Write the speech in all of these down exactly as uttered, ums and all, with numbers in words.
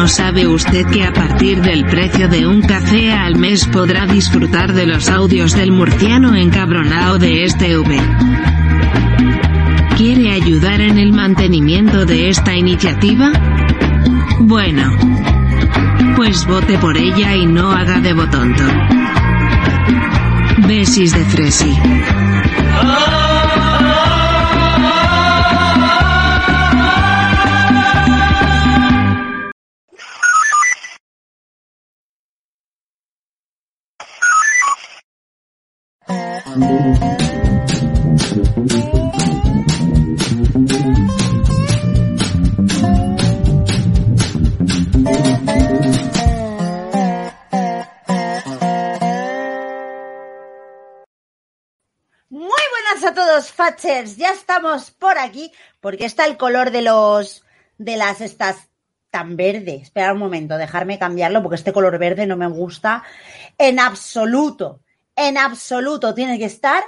¿No sabe usted que a partir del precio de un café al mes podrá disfrutar de los audios del murciano encabronao de este V? ¿Quiere ayudar en el mantenimiento de esta iniciativa? Bueno, pues vote por ella y no haga de botonto. Besis de Fresi. A todos, Fatchers, ya estamos por aquí porque está el color de los de las estas tan verde. Espera un momento, dejarme cambiarlo porque este color verde no me gusta en absoluto. En absoluto tiene que estar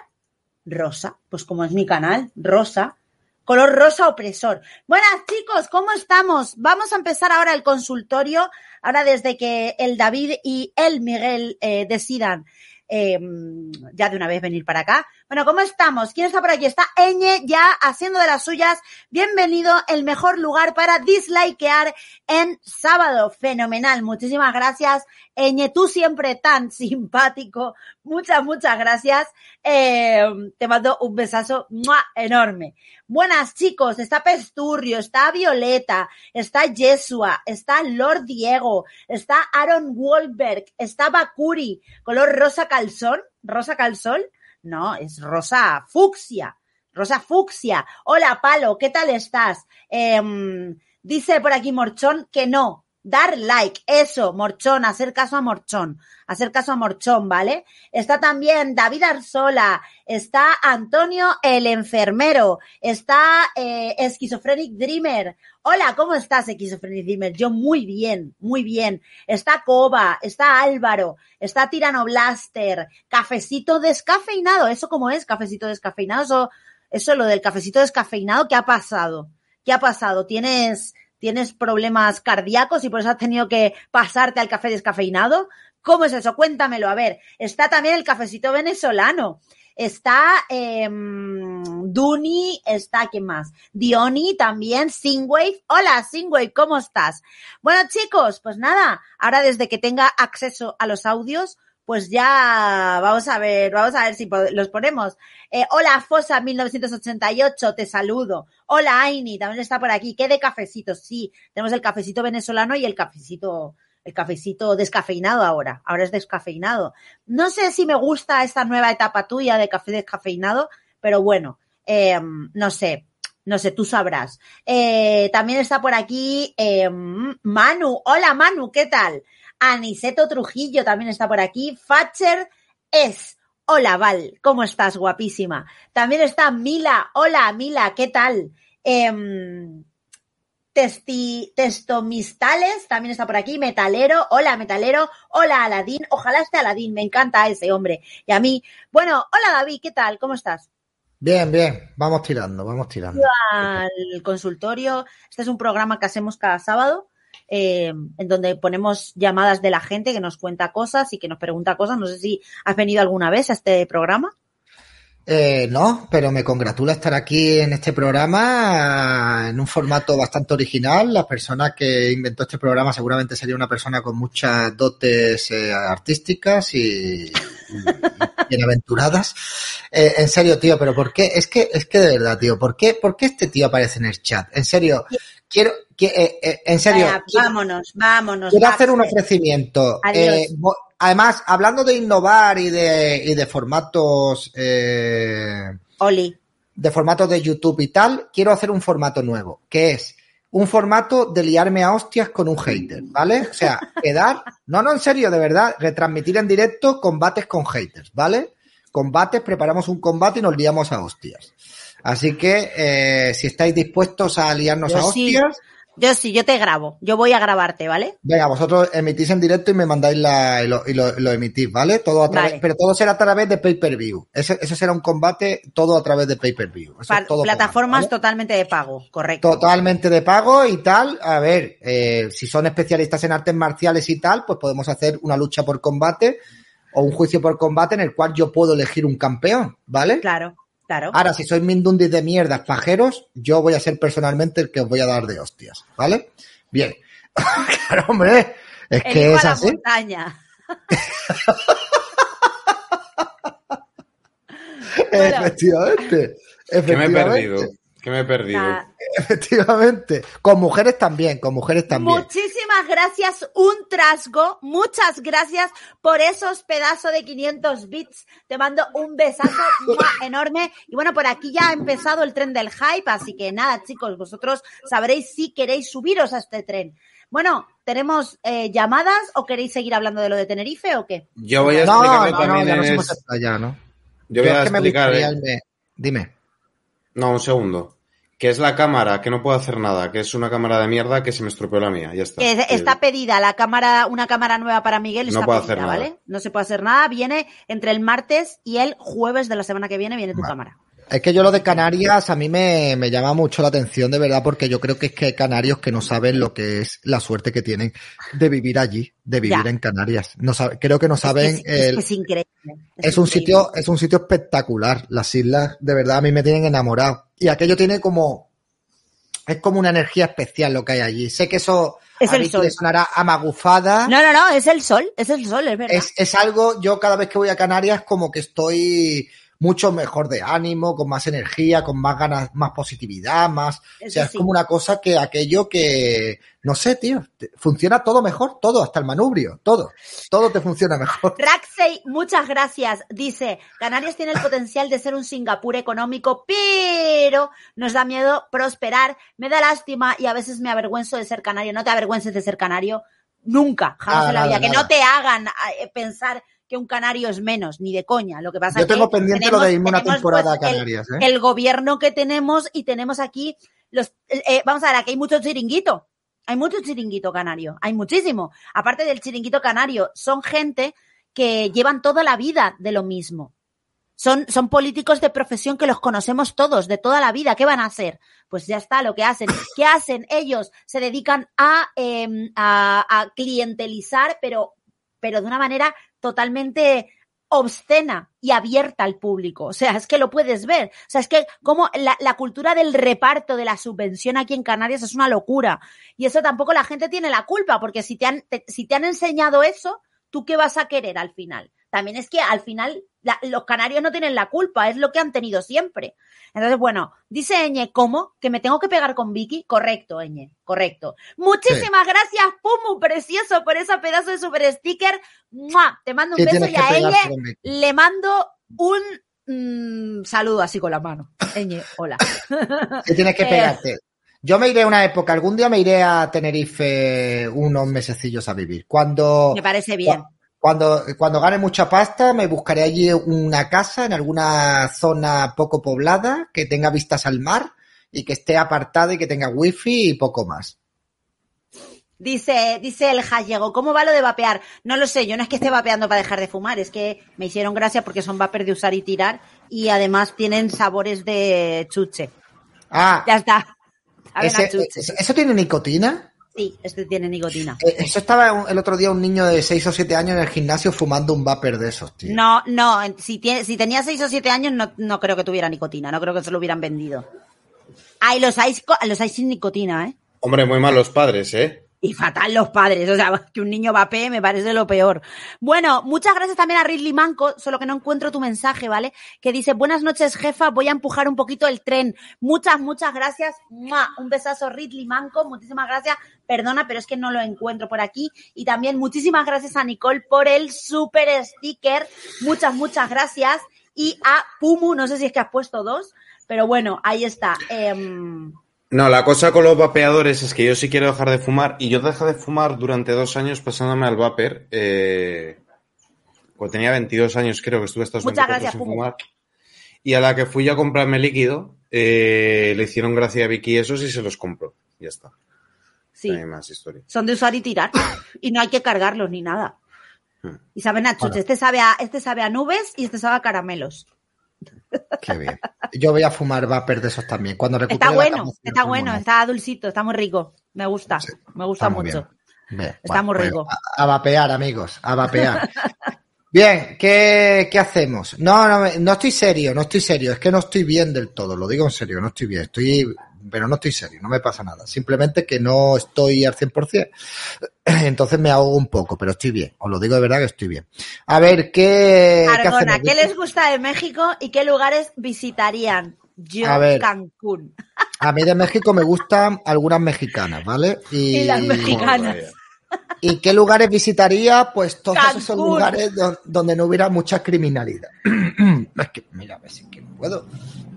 rosa, pues como es mi canal, rosa, color rosa opresor. Buenas chicos, ¿cómo estamos? Vamos a empezar ahora el consultorio, ahora desde que el David y el Miguel eh, decidan Eh, ya de una vez venir para acá. Bueno, ¿cómo estamos? ¿Quién está por aquí? Está Eñe ya haciendo de las suyas. Bienvenido, el mejor lugar para dislikear en sábado. Fenomenal, muchísimas gracias, Eñe, tú siempre tan simpático. Muchas, muchas gracias. Eh, te mando un besazo ¡mua! Enorme. Buenas chicos, está Pesturrio, está Violeta, está Yesua, está Lord Diego, está Aaron Wolberg, está Bakuri, color rosa calzón, rosa calzón, no, es rosa fucsia, rosa fucsia. Hola Palo, ¿qué tal estás? Eh, dice por aquí Morchón que no. Dar like, eso, Morchón, hacer caso a Morchón, hacer caso a Morchón, ¿vale? Está también David Arzola, está Antonio el enfermero, está eh, Schizophrenic Dreamer. Hola, ¿cómo estás, Schizophrenic Dreamer? Yo muy bien, muy bien. Está Coba, está Álvaro, está Tirano Blaster, cafecito descafeinado, ¿eso cómo es, cafecito descafeinado? Eso, eso lo del cafecito descafeinado, ¿qué ha pasado? ¿Qué ha pasado? ¿Tienes... ¿Tienes problemas cardíacos y por eso has tenido que pasarte al café descafeinado? ¿Cómo es eso? Cuéntamelo. A ver, está también el cafecito venezolano. Está eh, Duni, está, ¿quién más? Diony también, Singwave. Hola, Singwave, ¿cómo estás? Bueno, chicos, pues nada, ahora desde que tenga acceso a los audios, pues ya vamos a ver, vamos a ver si los ponemos. Eh, hola, Fosa mil novecientos ochenta y ocho, te saludo. Hola, Aini, también está por aquí. ¿Qué de cafecitos? Sí, tenemos el cafecito venezolano y el cafecito, el cafecito descafeinado ahora. Ahora es descafeinado. No sé si me gusta esta nueva etapa tuya de café descafeinado, pero bueno, eh, no sé. No sé, tú sabrás. Eh, también está por aquí eh, Manu. Hola, Manu, ¿qué tal? Aniceto Trujillo también está por aquí. Fatcher es. Hola, Val, ¿cómo estás? Guapísima. También está Mila. Hola, Mila, ¿qué tal? Eh, testi, Testomistales también está por aquí. Metalero. Hola, Metalero. Hola, Aladín. Ojalá esté Aladín. Me encanta ese hombre. Y a mí. Bueno, hola, David, ¿qué tal? ¿Cómo estás? Bien, bien. Vamos tirando, vamos tirando. Al consultorio. Este es un programa que hacemos cada sábado. Eh, en donde ponemos llamadas de la gente que nos cuenta cosas y que nos pregunta cosas. No sé si has venido alguna vez a este programa. Eh, no, pero me congratula estar aquí en este programa en un formato bastante original. La persona que inventó este programa seguramente sería una persona con muchas dotes eh, artísticas y, y, y bienaventuradas. Eh, en serio, tío, pero ¿por qué? Es que, es que de verdad, tío, ¿por qué, por qué este tío aparece en el chat? En serio, quiero, que, eh, eh, en serio. Vaya, quiero, vámonos, vámonos. Quiero hacer un ofrecimiento. Adiós. Eh, además, hablando de innovar y de, y de formatos, eh, Oli. de formatos de YouTube y tal, quiero hacer un formato nuevo, que es un formato de liarme a hostias con un hater, ¿vale? O sea, quedar, no, no, en serio, de verdad, retransmitir en directo combates con haters, ¿vale? Combates, preparamos un combate y nos liamos a hostias. Así que, eh, si estáis dispuestos a liarnos Yo a hostias, sí. Yo sí, yo te grabo. Yo voy a grabarte, ¿vale? Venga, vosotros emitís en directo y me mandáis la, y, lo, y lo, lo emitís, ¿vale? Todo a través, vale. Pero todo será a través de pay-per-view. Ese, ese será un combate todo a través de pay-per-view. Eso es todo plataformas pagado, ¿vale? Totalmente de pago, correcto. Totalmente de pago y tal. A ver, eh, si son especialistas en artes marciales y tal, pues podemos hacer una lucha por combate o un juicio por combate en el cual yo puedo elegir un campeón, ¿vale? Claro. Claro. Ahora, si sois mindundis de mierdas, pajeros, yo voy a ser personalmente el que os voy a dar de hostias, ¿vale? Bien. Claro, hombre, es el que es a la así. Montaña. Efectivamente. Efectivamente. ¿Qué me he perdido? ¿Qué me he perdido? Nah. Efectivamente. Con mujeres también, con mujeres también. Muchísimas gracias, un trasgo. Muchas gracias por esos pedazos de quinientos bits. Te mando un besazo enorme. Y bueno, por aquí ya ha empezado el tren del hype, así que nada, chicos, vosotros sabréis si queréis subiros a este tren. Bueno, ¿tenemos eh, llamadas o queréis seguir hablando de lo de Tenerife o qué? Yo voy a explicar no, también. No, ya es... nos hemos explayado, ¿no? Yo voy Yo a es que explicar. Me eh... me... Dime. No, un segundo. Que es la cámara, que no puedo hacer nada, que es una cámara de mierda que se me estropeó la mía, ya está. Que está pedida la cámara, una cámara nueva para Miguel, está no puedo pedida, hacer ¿vale? nada. No se puede hacer nada, viene entre el martes y el jueves de la semana que viene, viene tu vale. cámara. Es que yo lo de Canarias a mí me, me llama mucho la atención, de verdad, porque yo creo que es que hay canarios que no saben lo que es la suerte que tienen de vivir allí, de vivir ya. en Canarias. No sabe, creo que no saben. Es, que es, el, es, es increíble. Es, es un increíble. sitio, es un sitio espectacular. Las islas, de verdad, a mí me tienen enamorado. Y aquello tiene como, es como una energía especial lo que hay allí. Sé que eso es a el sol. Le sonará a magufada. No, no, no, es el sol, es el sol, es verdad. Es, es algo, yo cada vez que voy a Canarias como que estoy mucho mejor de ánimo, con más energía, con más ganas, más positividad, más... Eso o sea, sí. Es como una cosa que aquello que... No sé, tío, funciona todo mejor, todo, hasta el manubrio, todo. Todo te funciona mejor. Raxey, muchas gracias. Dice, Canarias tiene el potencial de ser un Singapur económico, pero nos da miedo prosperar. Me da lástima y a veces me avergüenzo de ser canario. No te avergüences de ser canario. Nunca, jamás ah, en la vida. Nada, que nada. No te hagan pensar... que un canario es menos, ni de coña. Lo que pasa Yo es que tengo pendiente tenemos, lo de irme una tenemos, temporada pues, a Canarias. El, ¿eh? el gobierno que tenemos y tenemos aquí los... Eh, vamos a ver, aquí hay mucho chiringuito. Hay mucho chiringuito canario. Hay muchísimo. Aparte del chiringuito canario, son gente que llevan toda la vida de lo mismo. Son, son políticos de profesión que los conocemos todos, de toda la vida. ¿Qué van a hacer? Pues ya está, lo que hacen. ¿Qué hacen? Ellos se dedican a, eh, a, a clientelizar, pero, pero de una manera totalmente obscena y abierta al público. O sea, es que lo puedes ver. O sea, es que como la, la cultura del reparto de la subvención aquí en Canarias es una locura. Y eso tampoco la gente tiene la culpa, porque si te han, te, si te han enseñado eso, ¿tú qué vas a querer al final? También es que al final la, los canarios no tienen la culpa, es lo que han tenido siempre. Entonces, bueno, dice Eñe, ¿cómo? ¿Que me tengo que pegar con Vicky? Correcto, Eñe, correcto. Muchísimas sí. gracias, Pumu, precioso, por ese pedazo de super sticker. ¡Mua! Te mando un beso y a Eñe le mando un mmm, saludo así con la mano. Eñe, hola. ¿Qué tienes que pegarte? Yo me iré a una época, algún día me iré a Tenerife unos mesecillos a vivir. Cuando... Me parece bien. Cuando, cuando gane mucha pasta, me buscaré allí una casa en alguna zona poco poblada, que tenga vistas al mar y que esté apartada y que tenga wifi y poco más. Dice, dice el gallego, ¿cómo va lo de vapear? No lo sé, yo no es que esté vapeando para dejar de fumar, es que me hicieron gracia porque son vapers de usar y tirar y además tienen sabores de chuche. Ah. Ya está. Ese, chuche. ¿Eso tiene nicotina? Sí, este tiene nicotina. Eso estaba el otro día un niño de seis o siete años en el gimnasio fumando un vapor de esos, tío. No, no, si, tiene, si tenía seis o siete años no, no creo que tuviera nicotina, no creo que se lo hubieran vendido. Ah, y los hay, los hay sin nicotina, ¿eh? Hombre, muy mal los padres, ¿eh? Y fatal los padres, o sea, que un niño vapee me parece lo peor. Bueno, muchas gracias también a Ridley Manco, solo que no encuentro tu mensaje, ¿vale? Que dice, buenas noches, jefa, voy a empujar un poquito el tren. Muchas, muchas gracias. ¡Mua! Un besazo, Ridley Manco, muchísimas gracias. Perdona, pero es que no lo encuentro por aquí. Y también muchísimas gracias a Nicole por el super sticker. Muchas, muchas gracias. Y a Pumu, no sé si es que has puesto dos, pero bueno, ahí está. Eh... No, la cosa con los vapeadores es que yo sí quiero dejar de fumar y yo dejé de fumar durante dos años pasándome al vapor. Eh, cuando tenía veintidós años creo que estuve hasta los Muchas veinticuatro gracias, sin Pumu. fumar. Y a la que fui a comprarme líquido, eh, le hicieron gracia a Vicky esos y se los compró. Ya está. Sí. No hay más historia. Son de usar y tirar. Y no hay que cargarlos ni nada. Hmm. Y saben a chuches. Bueno. Este sabe a, este sabe a nubes y este sabe a caramelos. Qué bien. Yo voy a fumar vapor de esos también. Cuando recupere Está la bueno, capacidad está bueno, pulmonar. está dulcito, está muy rico. Me gusta, Sí, me gusta está muy mucho. bien. Bien, Está bueno, muy pues, rico. a, a vapear, amigos, a vapear. Bien, ¿qué, ¿qué hacemos? No, no, no estoy serio, no estoy serio. Es que no estoy bien del todo, lo digo en serio, no estoy bien. Estoy, pero no estoy serio, no me pasa nada. Simplemente que no estoy al cien por ciento. Entonces me ahogo un poco, pero estoy bien. Os lo digo de verdad que estoy bien. A ver, ¿qué, Argona, ¿qué ¿qué les gusta de México y qué lugares visitarían? Yo, A ver. Cancún. A mí de México me gustan algunas mexicanas, ¿vale? Y, Y las mexicanas. ¿Y qué lugares visitaría? Pues todos Cancún. esos lugares do- donde no hubiera mucha criminalidad. Es que, mira, a ver si que no puedo.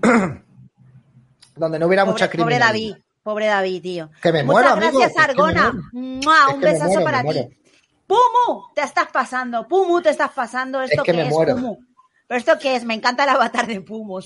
Donde no hubiera Pobre, mucha pobre criminalidad. David, pobre David, tío. Que me Muchas muero, amigo, gracias, que es que me Argona. muero. ¡Mua! Es Un que me besazo muero, para me ti. muero. Pumu, te estás pasando. Pumu, te estás pasando. ¿Esto Es que qué me es, muero. Pumu? ¿Pero esto qué es? Me encanta el avatar de Pumu.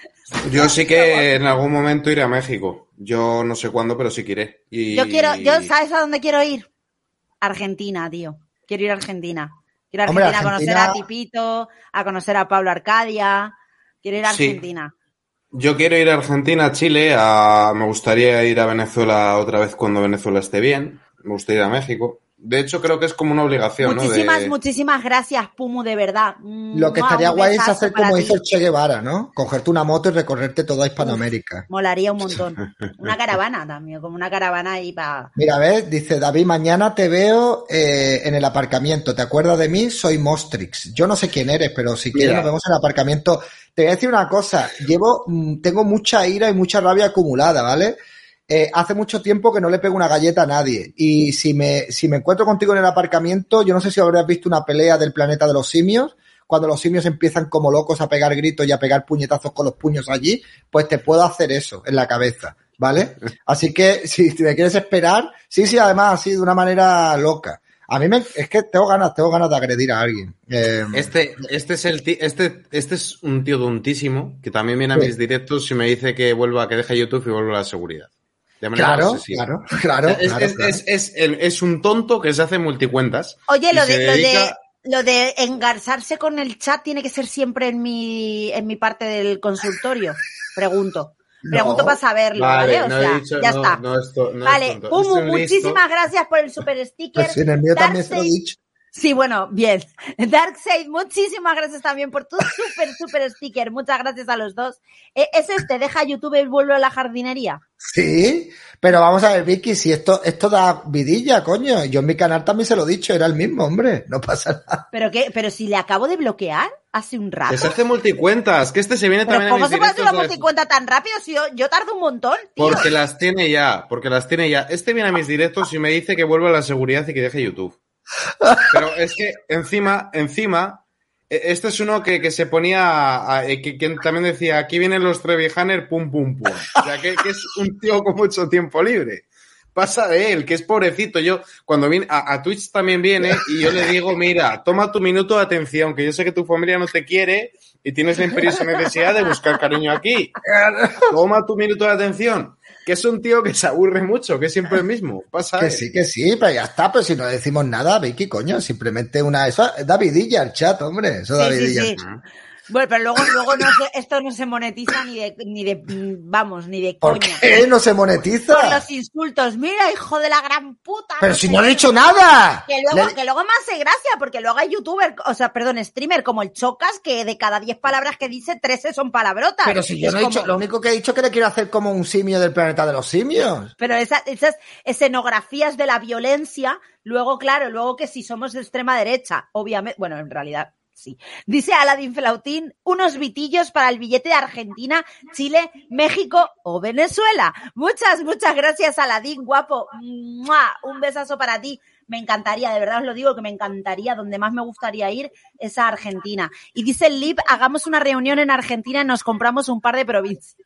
Yo sí que en algún momento iré a México. Yo no sé cuándo, pero sí que iré. Y... Yo quiero, yo, ¿sabes a dónde quiero ir? Argentina, tío. Quiero ir a Argentina. Quiero ir a Hombre, Argentina, a conocer a Argentina- Tipito, a conocer a Pablo Arcadia. Quiero ir a Sí. Argentina. Yo quiero ir a Argentina, a Chile, a... me gustaría ir a Venezuela otra vez cuando Venezuela esté bien. Me gustaría ir a México. De hecho, creo que es como una obligación, Muchísimas, ¿no? De... muchísimas gracias, Pumu, de verdad. Lo que Mua, estaría un guay es besazo hacer para como ti. hizo el Che Guevara, ¿no? Cogerte una moto y recorrerte toda Hispanoamérica. Molaría un montón. Una caravana también, como una caravana ahí para... Mira, ves, dice David, mañana te veo eh, en el aparcamiento. ¿Te acuerdas de mí? Soy Mostrix. Yo no sé quién eres, pero si quieres Mira. nos vemos en el aparcamiento. Te voy a decir una cosa. Llevo, mm, tengo mucha ira y mucha rabia acumulada, ¿vale? Eh, hace mucho tiempo que no le pego una galleta a nadie. Y si me, si me encuentro contigo en el aparcamiento, yo no sé si habrás visto una pelea del planeta de los simios. Cuando los simios empiezan como locos a pegar gritos y a pegar puñetazos con los puños allí, pues te puedo hacer eso en la cabeza, ¿vale? Así que si te quieres esperar, sí, sí, además así de una manera loca. A mí me, es que tengo ganas, tengo ganas de agredir a alguien. Eh, Este, este es el ti- este, este es un tío tontísimo que también viene a Sí. mis directos y me dice que vuelva, que deje YouTube y vuelva a la seguridad. De manera claro, obsesiva. claro, claro, Es, claro, es, claro. es, es, el- es un tonto que se hace multicuentas. Oye, y lo se de, lo de, dedica- lo de engarzarse con el chat tiene que ser siempre en mi, en mi parte del consultorio. Pregunto. Pregunto No. para saberlo, ¿vale? O no sea, he dicho, ya no, está. no es to- no es Vale, tonto. Pumu, Es un listo. muchísimas gracias por el super sticker. Pues sí, en el mío también se lo he Darkseid- dicho. Sí, bueno, bien. Darkseid, muchísimas gracias también por tu super, super sticker. Muchas gracias a los dos. Eh, ¿Es este? ¿Deja YouTube y vuelve a la jardinería? Sí, pero vamos a ver, Vicky, si esto, esto da vidilla, coño. Yo en mi canal también se lo he dicho, era el mismo, hombre. No pasa nada. ¿Pero qué? ¿Pero si le acabo de bloquear hace un rato? Que se hace multicuentas, que este se viene ¿Pero también a cómo mis se puede hacer directos. una de- multicuenta tan rápido si yo, yo tardo un montón, tío? Porque las tiene ya, porque las tiene ya. Este viene a mis directos y me dice que vuelva a la seguridad y que deje YouTube. Pero es que encima, encima, eh, este es uno que, que se ponía, a- a- eh, que, que también decía, aquí vienen los Trevijaner, pum, pum, pum. O sea, que, que es un tío con mucho tiempo libre. Pasa de él, que es pobrecito. Yo, cuando viene, a, a Twitch también viene y yo le digo, mira, toma tu minuto de atención, que yo sé que tu familia no te quiere y tienes la imperiosa necesidad de buscar cariño aquí. Toma tu minuto de atención. Que es un tío que se aburre mucho, que es siempre el mismo. Pasa Que de él. sí, que sí, pero ya está, pero si no decimos nada, Vicky, coño, simplemente una... Eso da vidilla el chat, hombre, eso da Sí, sí, vidilla. sí. Bueno, pero luego, luego no se- esto no se monetiza ni de, ni de, mm, vamos, ni de ¿Por coña. qué no se Por monetiza? los insultos. Mira, hijo de la gran puta. Pero sé si no he qué. dicho nada. Que luego, Le- que luego me hace gracia, porque luego hay youtuber, o sea, perdón, streamer como el Chocas, que de cada diez palabras que dice, trece son palabrotas. Pero si yo Es no he como- dicho, lo único que he dicho es que le quiero hacer como un simio del planeta de los simios. Pero esa- esas escenografías de la violencia, luego, claro, luego que si somos de extrema derecha, obviamente, bueno, en realidad sí. Dice Aladín Flautín, unos vitillos para el billete de Argentina, Chile, México o Venezuela. Muchas, muchas gracias, Aladín, guapo. ¡Mua! Un besazo para ti. Me encantaría, de verdad os lo digo, que me encantaría, donde más me gustaría ir es a Argentina. Y dice el Lip, hagamos una reunión en Argentina y nos compramos un par de provincias.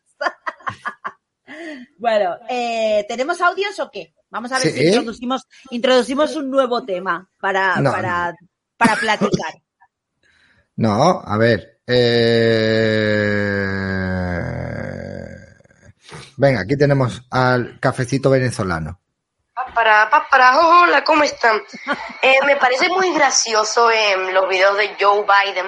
Bueno, eh, ¿tenemos audios o qué? Vamos a ver Sí. si introducimos, introducimos un nuevo tema para, No, para, para platicar. No, a ver. eh, Venga, aquí tenemos al cafecito venezolano. Para, para, para, hola, ¿cómo están? Eh, me parece muy gracioso en los videos de Joe Biden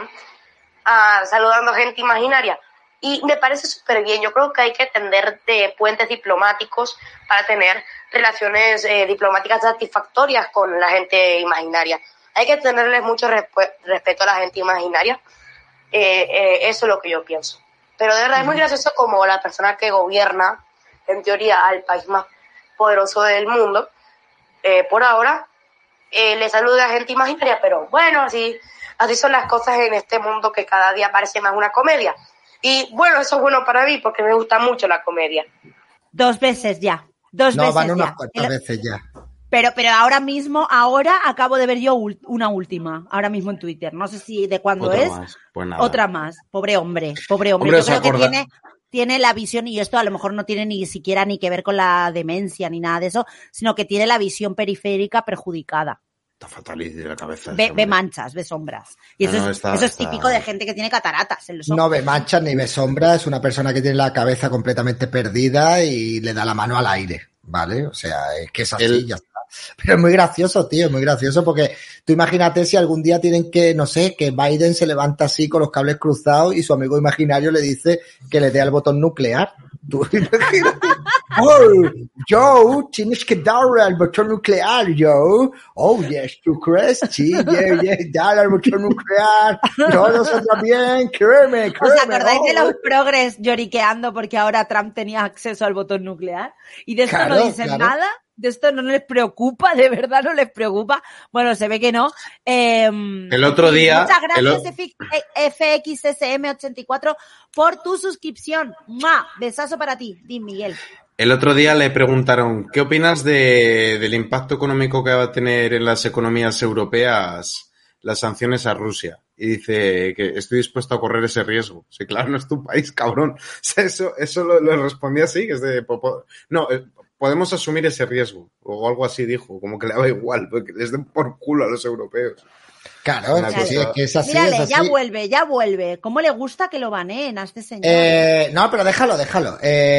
uh, saludando a gente imaginaria. Y me parece súper bien. Yo creo que hay que tender de puentes diplomáticos para tener relaciones eh, diplomáticas satisfactorias con la gente imaginaria. Hay que tenerles mucho resp- respeto a la gente imaginaria. Eh, eh, eso es lo que yo pienso. Pero de verdad es muy gracioso como la persona que gobierna, en teoría, al país más poderoso del mundo, eh, por ahora, eh, le saluda a gente imaginaria. Pero bueno, así, así son las cosas en este mundo que cada día parece más una comedia. Y bueno, eso es bueno para mí porque me gusta mucho la comedia. Dos veces ya. Dos no, veces van unas ya. cuantas El... veces ya. Pero, pero ahora mismo, ahora acabo de ver yo una última, ahora mismo en Twitter. No sé si de cuándo Otra es. Más. Pues nada. Otra más. Pobre hombre, pobre hombre. hombre yo creo acorda... que tiene, tiene la visión, y esto a lo mejor no tiene ni siquiera ni que ver con la demencia ni nada de eso, sino que tiene la visión periférica perjudicada. Está fatal de la cabeza. Ve, ve manchas, ve sombras. Y eso, no, no, es, está, eso es está... típico de gente que tiene cataratas en los ojos. No ve manchas ni ve sombras, es una persona que tiene la cabeza completamente perdida y le da la mano al aire, ¿vale? O sea, es que es así, El... ya está. Pero es muy gracioso, tío, es muy gracioso porque tú imagínate si algún día tienen que, no sé, que Biden se levanta así con los cables cruzados y su amigo imaginario le dice que le dé al botón nuclear. Tú imagínate. Oh, Joe, tienes que darle al botón nuclear, Joe. Oh, yes, ¿tú crees? Sí, yeah, yeah, dale al botón nuclear. Todo saldrá bien, créeme, créeme. ¿Os acordáis oh. de los progres lloriqueando porque ahora Trump tenía acceso al botón nuclear? Y de esto claro, no dicen claro. nada. De esto no les preocupa, de verdad no les preocupa. Bueno, se ve que no. Eh, el otro día... Muchas gracias, el... F X S M ochenta y cuatro, por tu suscripción. ¡Mua! Besazo para ti, Tim Miguel. El otro día le preguntaron, ¿qué opinas de, del impacto económico que va a tener en las economías europeas las sanciones a Rusia? Y dice que estoy dispuesto a correr ese riesgo. Sí, claro, no es tu país, cabrón. O sea, eso eso lo, lo respondí así, que es de... No, podemos asumir ese riesgo, o algo así dijo, como que le daba igual, porque les den por culo a los europeos. Claro, es que, sí, es que es así, Mírale, es así. ya vuelve, ya vuelve. ¿Cómo le gusta que lo baneen a este señor? Eh, no, pero déjalo, déjalo.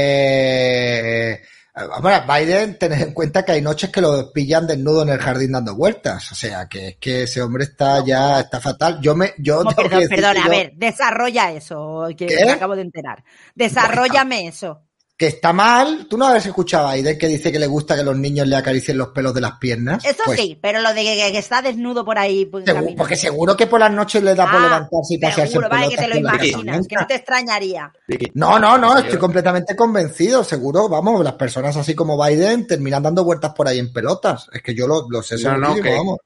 Eh, bueno, Biden, tened en cuenta que hay noches que lo pillan desnudo en el jardín dando vueltas. O sea, que es que ese hombre está no, ya, está fatal. Yo me, yo no, perdón, perdón, a yo... ver, desarrolla eso, que ¿Qué? me acabo de enterar. Desarróllame bueno. eso. Que está mal. ¿Tú no habías escuchado a Biden que dice que le gusta que los niños le acaricien los pelos de las piernas? Eso pues, sí, pero lo de que, que está desnudo por ahí. Pues, seguro, porque seguro que por las noches le da ah, por levantarse y pasearse seguro, vale, que te lo imaginas, que no te extrañaría. No, no, no, estoy completamente convencido, seguro, vamos, las personas así como Biden terminan dando vueltas por ahí en pelotas. Es que yo lo, lo sé no, no, que vamos.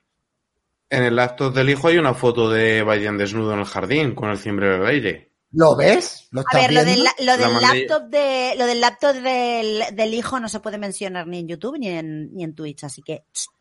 En el laptop del hijo hay una foto de Biden desnudo en el jardín con el cimbrero al aire. ¿Lo ves? ¿Lo estás a ver, viendo? lo del, lo del laptop de lo del laptop del, del hijo no se puede mencionar ni en YouTube ni en ni en Twitch, así que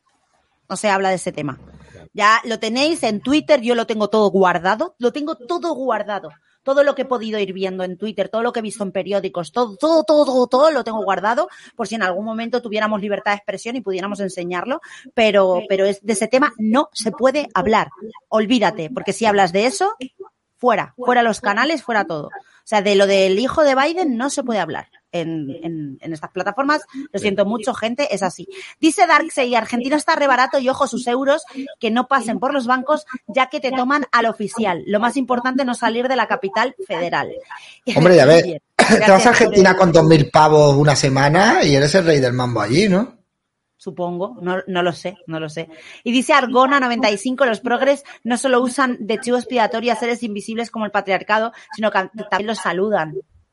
no se habla de ese tema. Ya lo tenéis en Twitter, yo lo tengo todo guardado, lo tengo todo guardado. Todo lo que he podido ir viendo en Twitter, todo lo que he visto en periódicos, todo, todo, todo, todo, todo lo tengo guardado por si en algún momento tuviéramos libertad de expresión y pudiéramos enseñarlo, pero, pero es, de ese tema no se puede hablar. Olvídate, porque si hablas de eso, fuera, fuera los canales, fuera todo. O sea, de lo del hijo de Biden no se puede hablar en, en, en estas plataformas. Lo siento mucho, gente, es así. Dice Darkseid, Argentina está re barato y ojo sus euros que no pasen por los bancos ya que te toman al oficial. Lo más importante no salir de la capital federal. Hombre, ya ves, te vas a Argentina con dos mil pavos una semana y eres el rey del mambo allí, ¿no? Supongo, no, no lo sé, no lo sé. Y dice Argona noventa y cinco, los progres no solo usan de chivo expiatorio a seres invisibles como el patriarcado, sino que también los saludan.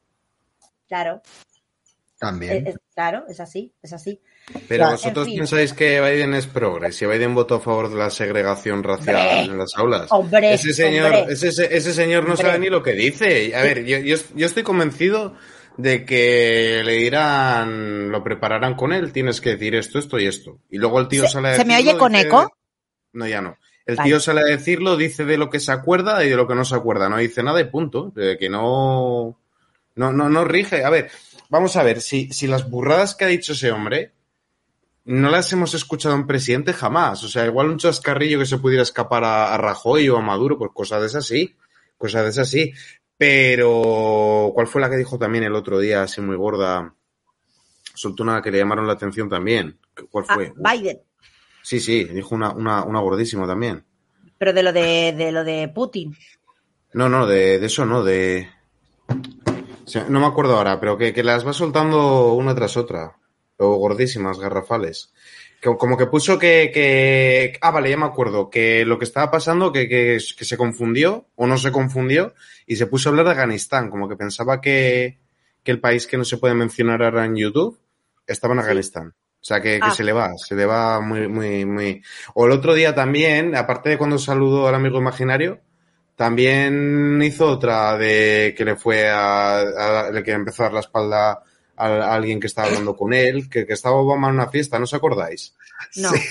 Claro. También. Es, es, claro, es así, es así. Pero claro, vosotros en fin. pensáis que Biden es progre, si Biden votó a favor de la segregación racial hombre, en las aulas. Hombre, ese señor, hombre, ese, ese señor no hombre. sabe ni lo que dice. A ver, yo, yo, yo estoy convencido de que le dirán, lo prepararán con él, tienes que decir esto, esto y esto. Y luego el tío ¿Se, sale a ¿se decirlo. me oye con dice, eco? No, ya no. El vale. tío sale a decirlo, dice de lo que se acuerda y de lo que no se acuerda. No dice nada y punto. De que no, no, no, no rige. A ver, vamos a ver, si, si las burradas que ha dicho ese hombre no las hemos escuchado en presidente jamás. O sea, igual un chascarrillo que se pudiera escapar a, a Rajoy o a Maduro, pues cosas de esas sí. Cosas de esas sí. Pero, ¿cuál fue la que dijo también el otro día, así muy gorda? soltó una que le llamaron la atención también. ¿Cuál fue? Ah, Biden. Sí, sí, dijo una, una, una gordísima también. Pero de lo de, de lo de Putin. No, no, de, de eso no, de... O sea, no me acuerdo ahora, pero que, que las va soltando una tras otra. O gordísimas, garrafales. Que, como que puso que, que... Ah, vale, ya me acuerdo. Que lo que estaba pasando, que, que, que se confundió, o no se confundió, y se puso a hablar de Afganistán. Como que pensaba que, que el país que no se puede mencionar ahora en YouTube estaba en sí. Afganistán. O sea, que, que ah. se le va, se le va muy, muy, muy... O el otro día también, aparte de cuando saludó al amigo imaginario, también hizo otra de que le fue a... a le que empezó a dar la espalda a, a alguien que estaba hablando con él, que, que estaba Obama en una fiesta, ¿no os acordáis? No. Sí.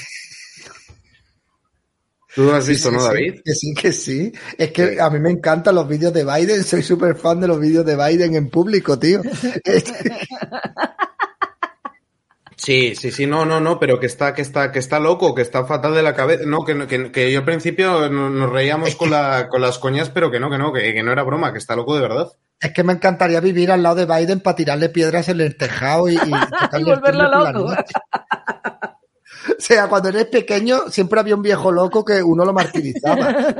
¿Tú lo has visto, sí, sí, no, David? Sí, que sí, que sí. Es que sí. a mí me encantan los vídeos de Biden, soy súper fan de los vídeos de Biden en público, tío. Sí, sí, sí, no, no, no, pero que está, que está, que está loco, que está fatal de la cabeza. No, que, que, que yo al principio nos reíamos con la, con las coñas, pero que no, que no, que, que no era broma, que está loco de verdad. Es que me encantaría vivir al lado de Biden para tirarle piedras en el tejado y, y, y volverlo loco. O sea, cuando eres pequeño siempre había un viejo loco que uno lo martirizaba.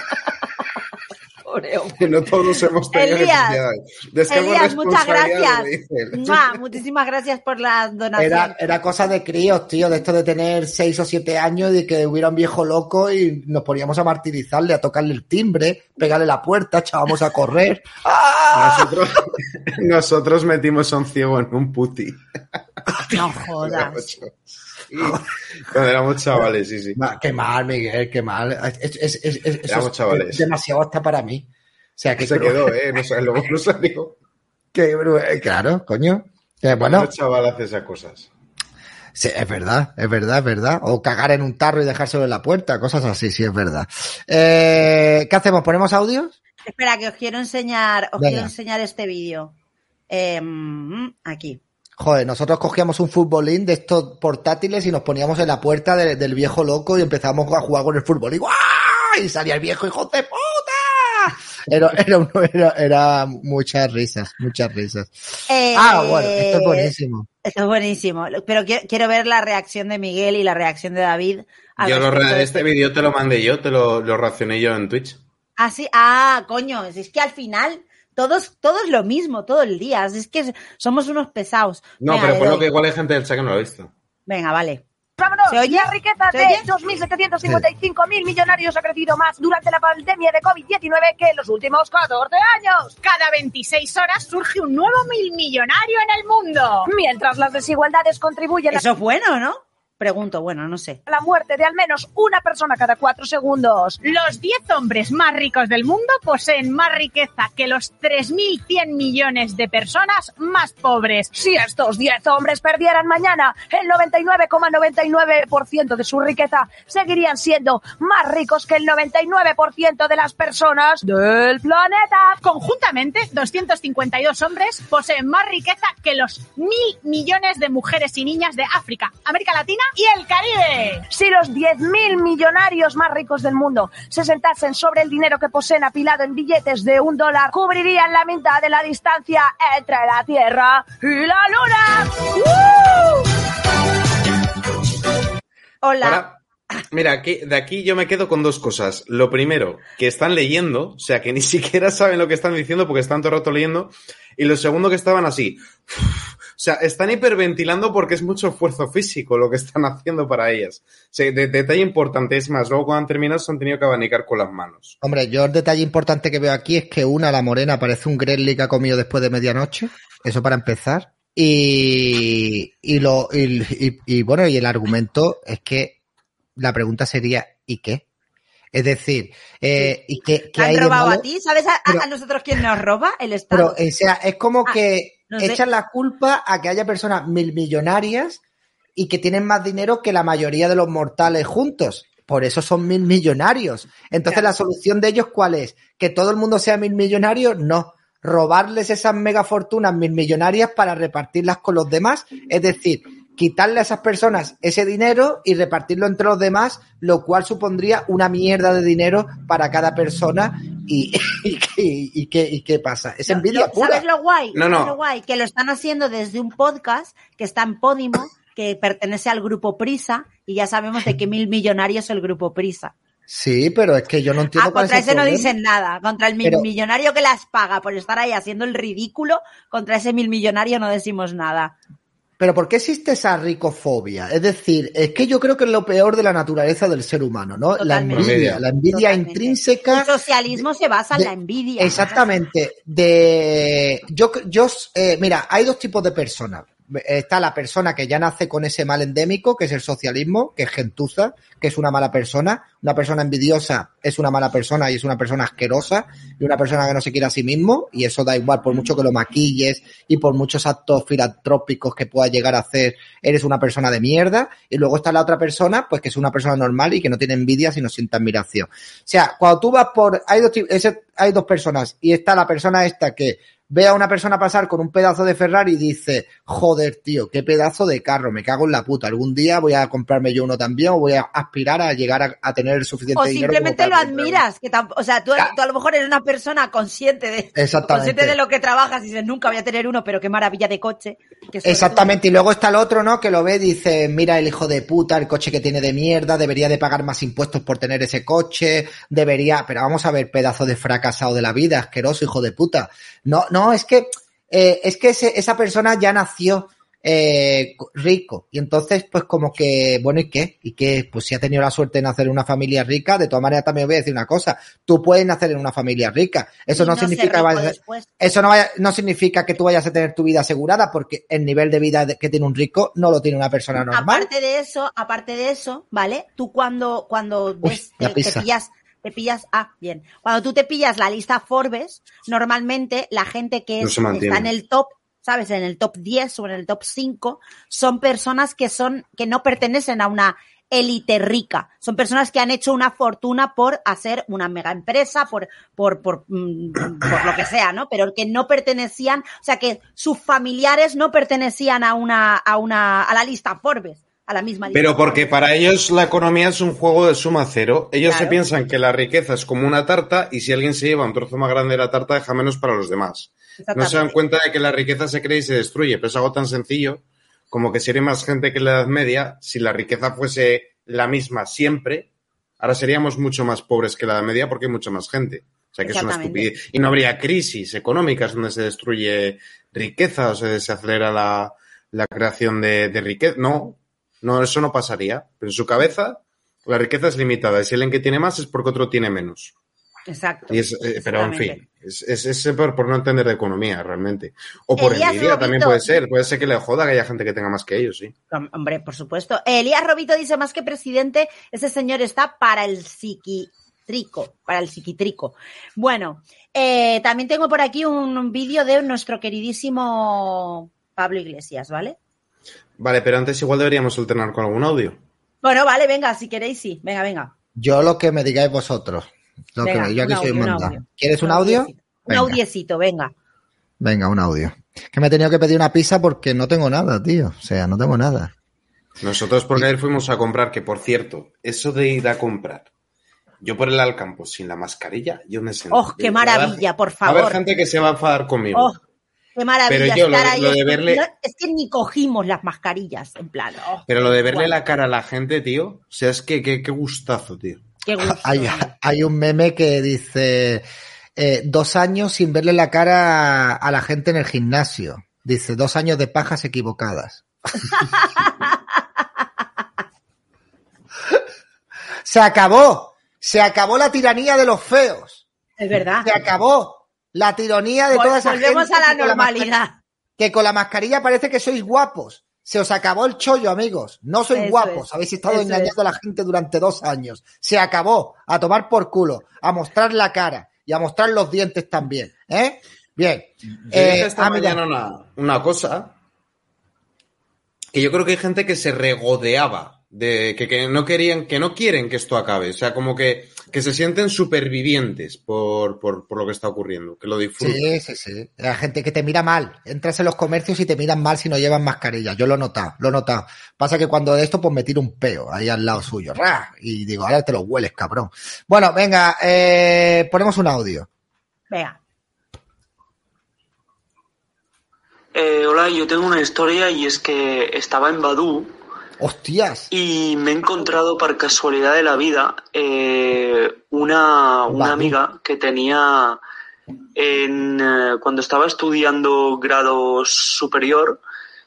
Que no todos hemos tenido Elías, Elías, muchas gracias. Mua, muchísimas gracias por las donaciones. Era, era cosa de críos, tío, de esto de tener seis o siete años y que hubiera un viejo loco y nos poníamos a martirizarle, a tocarle el timbre, pegarle la puerta, echábamos a correr. ¡Ah! Nosotros, nosotros metimos a un ciego en un puti. No jodas. Sí, cuando éramos chavales, sí, sí. Qué mal, Miguel, qué mal. Es, es, es, es, éramos chavales. Es demasiado hasta para mí. O sea, que se creo... quedó, ¿eh? No sé, luego no salió. Que, claro, coño. Que, bueno. El chaval hace esas cosas. Sí, es verdad, es verdad, es verdad. O cagar en un tarro y dejárselo en la puerta, cosas así, sí, es verdad. Eh, ¿Qué hacemos? ¿Ponemos audios? Espera, que os quiero enseñar, os Venga. quiero enseñar este vídeo. Eh, aquí. Joder, nosotros cogíamos un futbolín de estos portátiles y nos poníamos en la puerta de, del viejo loco y empezábamos a jugar con el fútbol. Y, ¡guau! Y salía el viejo, hijo de puta. Era, era, era, era muchas risas, muchas risas. Eh, ah, bueno, esto es buenísimo. Esto es buenísimo. Pero quiero, quiero ver la reacción de Miguel y la reacción de David. Yo lo re- este vídeo te lo mandé yo, te lo, lo reaccioné yo en Twitch. Ah, sí. Ah, coño. Es que al final... Todos, todos lo mismo, todo el día. Es que somos unos pesados. No, Venga, pero por lo que igual hay gente del chat que no lo ha visto. Venga, vale. Vámonos. ¿Se oye? La riqueza ¿Se de oye? dos mil setecientos cincuenta y cinco mil millonarios ha crecido más durante la pandemia de COVID diecinueve que en los últimos catorce años. Cada veintiséis horas surge un nuevo mil millonario en el mundo. Mientras las desigualdades contribuyen Eso es bueno, ¿no? Pregunto, bueno, no sé. a la muerte de al menos una persona cada cuatro segundos. Los diez hombres más ricos del mundo poseen más riqueza que los tres mil cien millones de personas más pobres. Si estos diez hombres perdieran mañana, el noventa y nueve coma noventa y nueve por ciento de su riqueza seguirían siendo más ricos que el noventa y nueve por ciento de las personas del planeta. Conjuntamente, doscientos cincuenta y dos hombres poseen más riqueza que los mil millones de mujeres y niñas de África, América Latina y el Caribe. Si los diez mil millonarios más ricos del mundo se sentasen sobre el dinero que poseen apilado en billetes de un dólar, cubrirían la mitad de la distancia entre la Tierra y la Luna. ¡Uh! Hola. Ahora, mira, aquí, de aquí yo me quedo con dos cosas. Lo primero, que están leyendo, o sea, que ni siquiera saben lo que están diciendo porque están todo el rato leyendo. Y lo segundo, que estaban así. O sea, están hiperventilando porque es mucho esfuerzo físico lo que están haciendo para ellas. O sea, de, detalle importante es más. Luego cuando han terminado se han tenido que abanicar con las manos. Hombre, yo el detalle importante que veo aquí es que una, la morena, parece un gremlin que ha comido después de medianoche. Eso para empezar. Y, y, lo, y, y, y bueno, y el argumento es que la pregunta sería, ¿y qué? Es decir, eh, ¿y qué, qué ¿Han hay de robado malo? a ti? ¿Sabes a, Pero, a nosotros quién nos roba? El Estado. Pero, o sea, es como ah, que no sé. echan la culpa a que haya personas mil millonarias y que tienen más dinero que la mayoría de los mortales juntos. Por eso son mil millonarios. Entonces, claro. La solución de ellos, ¿cuál es? ¿Que todo el mundo sea mil millonario? No. Robarles esas megafortunas mil millonarias para repartirlas con los demás. Es decir, quitarle a esas personas ese dinero y repartirlo entre los demás, lo cual supondría una mierda de dinero para cada persona y, y, y, y, ¿qué, ¿y qué pasa? Es envidia no, pura. ¿Sabes lo guay? No, no. ¿Sabes lo guay? Que lo están haciendo desde un podcast que está en Podimo, que pertenece al grupo Prisa, y ya sabemos de qué mil millonarios es el grupo Prisa. Sí, pero es que yo no entiendo Ah, cuál contra es el ese no problema. dicen nada. Contra el mil Pero- millonario que las paga por estar ahí haciendo el ridículo, contra ese mil millonario no decimos nada. Pero ¿por qué existe esa ricofobia? Es decir, es que yo creo que es lo peor de la naturaleza del ser humano, ¿no? Totalmente. La envidia, la envidia Totalmente. intrínseca. El socialismo se basa en de- la envidia. Exactamente. De yo, yo eh, mira, hay dos tipos de personas. Está la persona que ya nace con ese mal endémico, que es el socialismo, que es gentuza, que es una mala persona. Una persona envidiosa es una mala persona y es una persona asquerosa y una persona que no se quiere a sí mismo, y eso da igual por mucho que lo maquilles y por muchos actos filantrópicos que puedas llegar a hacer, eres una persona de mierda. Y luego está la otra persona, pues que es una persona normal y que no tiene envidia sino siente admiración. O sea, cuando tú vas por, hay dos, ese, hay dos personas y está la persona esta que ve a una persona pasar con un pedazo de Ferrari y dice, joder, tío, qué pedazo de carro, me cago en la puta. Algún día voy a comprarme yo uno también o voy a aspirar a llegar a, a tener el suficiente O dinero. simplemente como lo para comprarme. admiras, que tamp- o sea, tú, tú a lo mejor eres una persona consciente de, Exactamente. consciente de lo que trabajas y dices, nunca voy a tener uno, pero qué maravilla de coche. qué suerte Exactamente, y luego está el otro, ¿no? Que lo ve y dice, mira el hijo de puta, el coche que tiene de mierda, debería de pagar más impuestos por tener ese coche, debería, pero vamos a ver, pedazo de fracasado de la vida, asqueroso, hijo de puta. No, no, es que, eh, es que ese, esa persona ya nació eh, rico, y entonces, pues como que, bueno, ¿y qué? ¿Y qué? Pues si ha tenido la suerte de nacer en una familia rica, de todas maneras también voy a decir una cosa, tú puedes nacer en una familia rica, eso Y no, no ser significa que rico vayas a- después. eso no, vaya, no significa que tú vayas a tener tu vida asegurada, porque el nivel de vida de- que tiene un rico no lo tiene una persona normal. Aparte de eso, aparte de eso, ¿vale? Tú cuando, cuando ves, la te, te pizza. pillas, te pillas, ah, bien. Cuando tú te pillas la lista Forbes, normalmente la gente que No es- se mantiene. está en el top, ¿sabes? En el top diez o en el top cinco, son personas que son, que no pertenecen a una élite rica. Son personas que han hecho una fortuna por hacer una mega empresa, por, por, por, mm, por lo que sea, ¿no? Pero que no pertenecían, o sea, que sus familiares no pertenecían a una, a una, a la lista Forbes, a la misma lista. Pero porque Forbes. para ellos la economía es un juego de suma cero. Ellos Claro. se piensan que la riqueza es como una tarta y si alguien se lleva un trozo más grande de la tarta deja menos para los demás. No se dan cuenta de que la riqueza se crea y se destruye, pero es algo tan sencillo como que si hay más gente que en la Edad Media, si la riqueza fuese la misma siempre, ahora seríamos mucho más pobres que la Edad Media porque hay mucha más gente. O sea que es una Exactamente. estupidez. Y no habría crisis económicas donde se destruye riqueza o se, se acelera la, la creación de, de riqueza. No, no, eso no pasaría. Pero en su cabeza la riqueza es limitada y si alguien que tiene más es porque otro tiene menos. Exacto. Y es, eh, pero en Exactamente. fin, es, es, es por, por no entender de economía realmente. O por Elías envidia Robito. también puede ser. Puede ser que le joda que haya gente que tenga más que ellos, sí. Hombre, por supuesto. Elías Robito dice, más que presidente, ese señor está para el psiquitrico, para el psiquitrico. Bueno, eh, también tengo por aquí un, un vídeo de nuestro queridísimo Pablo Iglesias, ¿vale? Vale, pero antes igual deberíamos alternar con algún audio. Bueno, vale, venga, si queréis, sí. Venga, venga. Yo lo que me digáis vosotros. Lo Venga, que, yo aquí un soy audio, un manda. audio. ¿Quieres un Un audio? audiecito. Un Venga. audiecito, venga. Venga, un audio. Que me he tenido que pedir una pizza porque no tengo nada, tío. O sea, no tengo nada. Nosotros porque ayer fuimos a comprar, que por cierto, eso de ir a comprar, yo por el Alcampo sin la mascarilla, yo me sentí... ¡Oh, qué maravilla, por Va a favor! haber gente que se va a enfadar conmigo. ¡Oh, qué maravilla Pero yo, lo estar de- ahí! lo de Es que verle- no- Es que ni cogimos las mascarillas, en plan. oh, Pero lo de verle guau, la cara a la gente, tío, o sea, es que qué, qué gustazo, tío. Qué gusto. Hay, hay un meme que dice eh, dos años sin verle la cara a la gente en el gimnasio. Dice, dos años de pajas equivocadas. Se acabó. Se acabó la tiranía de los feos. Es verdad. Se acabó la tiranía de Vol- toda esa Volvemos gente a la que con normalidad. mascarilla- que con la mascarilla parece que sois guapos. Se os acabó el chollo, amigos. No sois Eso guapos. es, Habéis estado eso engañando es. a la gente durante dos años. Se acabó. A tomar por culo. A mostrar la cara. Y a mostrar los dientes también. ¿Eh? Bien. Yo Eh, dije esta ah, mira. mañana una, una cosa que yo creo que hay gente que se regodeaba de que, que no querían, que no quieren que esto acabe. O sea, como que, que se sienten supervivientes por, por, por lo que está ocurriendo, que lo disfrutan. Sí, sí, sí. La gente que te mira mal. Entras en los comercios y te miran mal si no llevan mascarilla. Yo lo he notado, lo he notado. Pasa que cuando de esto, pues me tiro un peo ahí al lado suyo. ¡Ra! Y digo, ahora te lo hueles, cabrón. Bueno, venga, eh, ponemos un audio. Venga. Eh, hola, yo tengo una historia y es que estaba en Badoo. ¡Hostias! Y me he encontrado por casualidad de la vida eh, una, una amiga que tenía en, eh, cuando estaba estudiando grado superior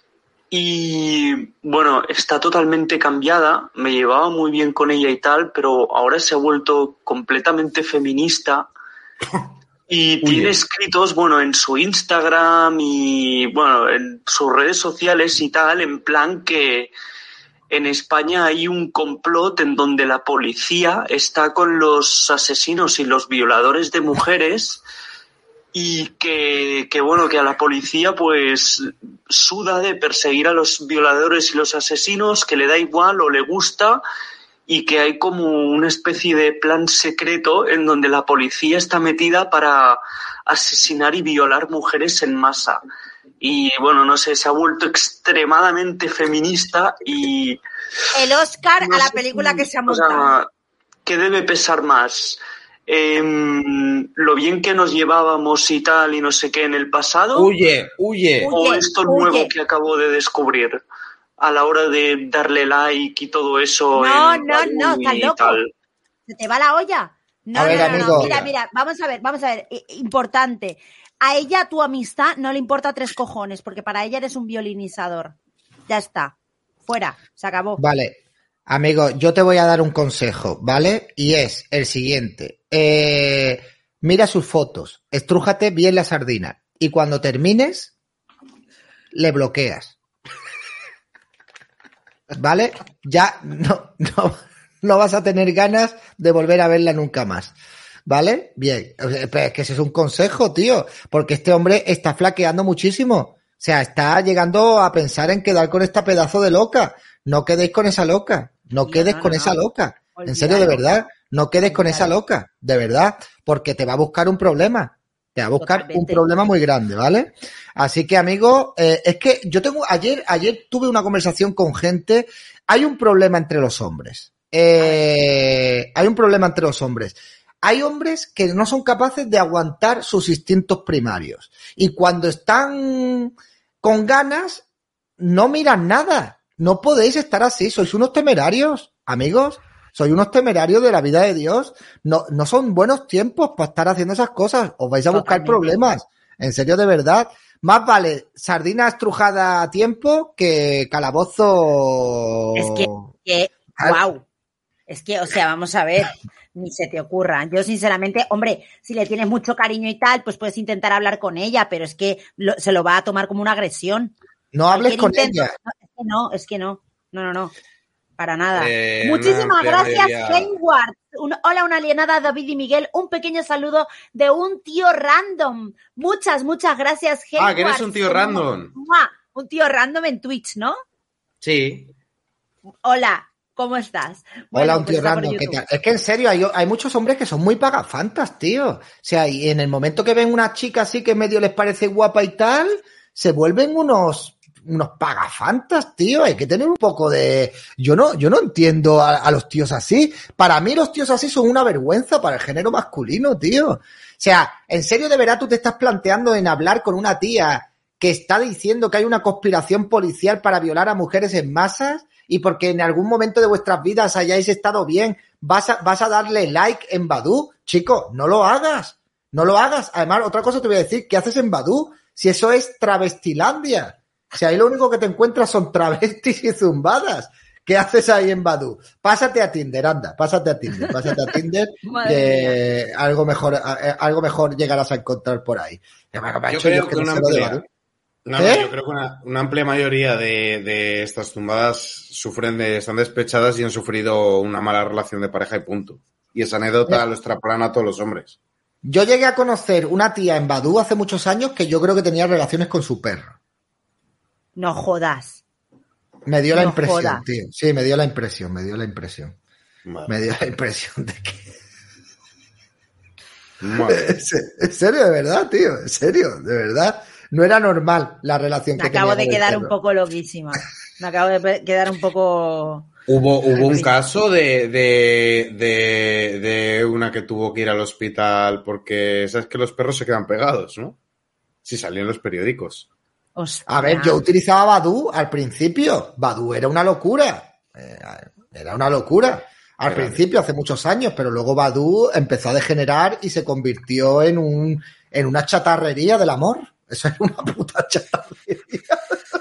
y bueno, está totalmente cambiada, me llevaba muy bien con ella y tal, pero ahora se ha vuelto completamente feminista y Uy, tiene eh. escritos, bueno, en su Instagram y bueno, en sus redes sociales y tal, en plan que en España hay un complot en donde la policía está con los asesinos y los violadores de mujeres y que, que bueno, que a la policía pues suda de perseguir a los violadores y los asesinos, que le da igual o le gusta y que hay como una especie de plan secreto en donde la policía está metida para asesinar y violar mujeres en masa. Y bueno, no sé, se ha vuelto extremadamente feminista y... El Oscar no a la sé, película que se ha o montado. sea, ¿qué debe pesar más? Eh, ¿Lo bien que nos llevábamos y tal y no sé qué en el pasado? Huye, huye. ¿O Huye, esto huye. nuevo que acabo de descubrir a la hora de darle like y todo eso? No, en no, Badoo no, estás y loco. tal? ¿Se te va la olla? No, A ver, no, no, no. amigo. Mira, mira, vamos a ver, vamos a ver. I- Importante. A ella tu amistad no le importa tres cojones, porque para ella eres un violinizador. Ya está. Fuera. Se acabó. Vale. Amigo, yo te voy a dar un consejo, ¿vale? Y es el siguiente. Eh, mira sus fotos, estrújate bien la sardina y cuando termines, le bloqueas. ¿Vale? Ya no, no, no vas a tener ganas de volver a verla nunca más. ¿Vale? Bien. Pero es que ese es un consejo, tío. Porque este hombre está flaqueando muchísimo. O sea, está llegando a pensar en quedar con esta pedazo de loca. No quedéis con esa loca. No Tío, quedes no, con no, esa no. loca. En serio, de Olvídalo. verdad. No quedes con esa Olvídalo. loca. De verdad. Porque te va a buscar un problema. Te va a buscar un Totalmente. problema muy grande, ¿vale? Así que, amigo, eh, es que yo tengo, ayer, ayer tuve una conversación con gente. Hay un problema entre los hombres. Eh, hay un problema entre los hombres. Hay hombres que no son capaces de aguantar sus instintos primarios. Y cuando están con ganas, no miran nada. No podéis estar así. Sois unos temerarios, amigos. Sois unos temerarios de la vida de Dios. No, no son buenos tiempos para estar haciendo esas cosas. Os vais a buscar Totalmente. problemas. En serio, de verdad. Más vale sardina estrujada a tiempo que calabozo. Es que, que wow. Es que, o sea, vamos a ver, ni se te ocurra. Yo, sinceramente, hombre, si le tienes mucho cariño y tal, pues puedes intentar hablar con ella, pero es que lo- se lo va a tomar como una agresión. No hables Cualquier con intento- ella. No, es que no, es que no. No, no, no. Para nada. Eh, Muchísimas una amplia gracias, mayoría- Hayward. Un- hola, una alienada, David y Miguel. Un pequeño saludo de un tío random. Muchas, muchas gracias, Hayward. Ah, que eres un tío random. ¡Mua! Un tío random en Twitch, ¿no? Sí. Hola, ¿cómo estás? Hola, Bueno, un pues tío está por random, ¿qué YouTube. tal? Es que en serio, hay, hay muchos hombres que son muy pagafantas, tío. O sea, y en el momento que ven una chica así que medio les parece guapa y tal, se vuelven unos, unos pagafantas, tío. Hay que tener un poco de... Yo no, yo no entiendo a, a los tíos así. Para mí los tíos así son una vergüenza para el género masculino, tío. O sea, en serio, de verdad, tú te estás planteando en hablar con una tía que está diciendo que hay una conspiración policial para violar a mujeres en masas y porque en algún momento de vuestras vidas hayáis estado bien, vas a, vas a darle like en Badoo. Chico, no lo hagas. No lo hagas. Además, otra cosa te voy a decir, ¿qué haces en Badoo? Si eso es Travestilandia. Si ahí lo único que te encuentras son travestis y zumbadas. ¿Qué haces ahí en Badoo? Pásate a Tinder, anda, pásate a Tinder, pásate a Tinder, Madre que algo mejor, a- algo mejor llegarás a encontrar por ahí. Yo Macho, creo es que no una sé lo de amplia, Badoo. no, ¿Qué? no, yo creo que una, una amplia mayoría de, de estas tumbadas sufren de, están despechadas y han sufrido una mala relación de pareja y punto. Y esa anécdota lo extrapolan a todos los hombres. Yo llegué a conocer una tía en Badoo hace muchos años que yo creo que tenía relaciones con su perro. No jodas. Me dio la No impresión, jodas. tío. Sí, me dio la impresión, me dio la impresión. Madre. Me dio la impresión de que... Madre. En serio, de verdad, tío. En serio, de verdad. No era normal la relación Me que acabo tenía de con el quedar perro. un poco loquísima. Me acabo de pe- quedar un poco... Hubo, hubo un caso de, de, de, de una que tuvo que ir al hospital porque sabes que los perros se quedan pegados, ¿no? Sí, salió en los periódicos. Hostia. A ver, yo utilizaba Badoo al principio. Badoo era una locura. Eh, Era una locura. Al Era- principio, hace muchos años, pero luego Badoo empezó a degenerar y se convirtió en un en una chatarrería del amor. Eso es una puta chatarrería.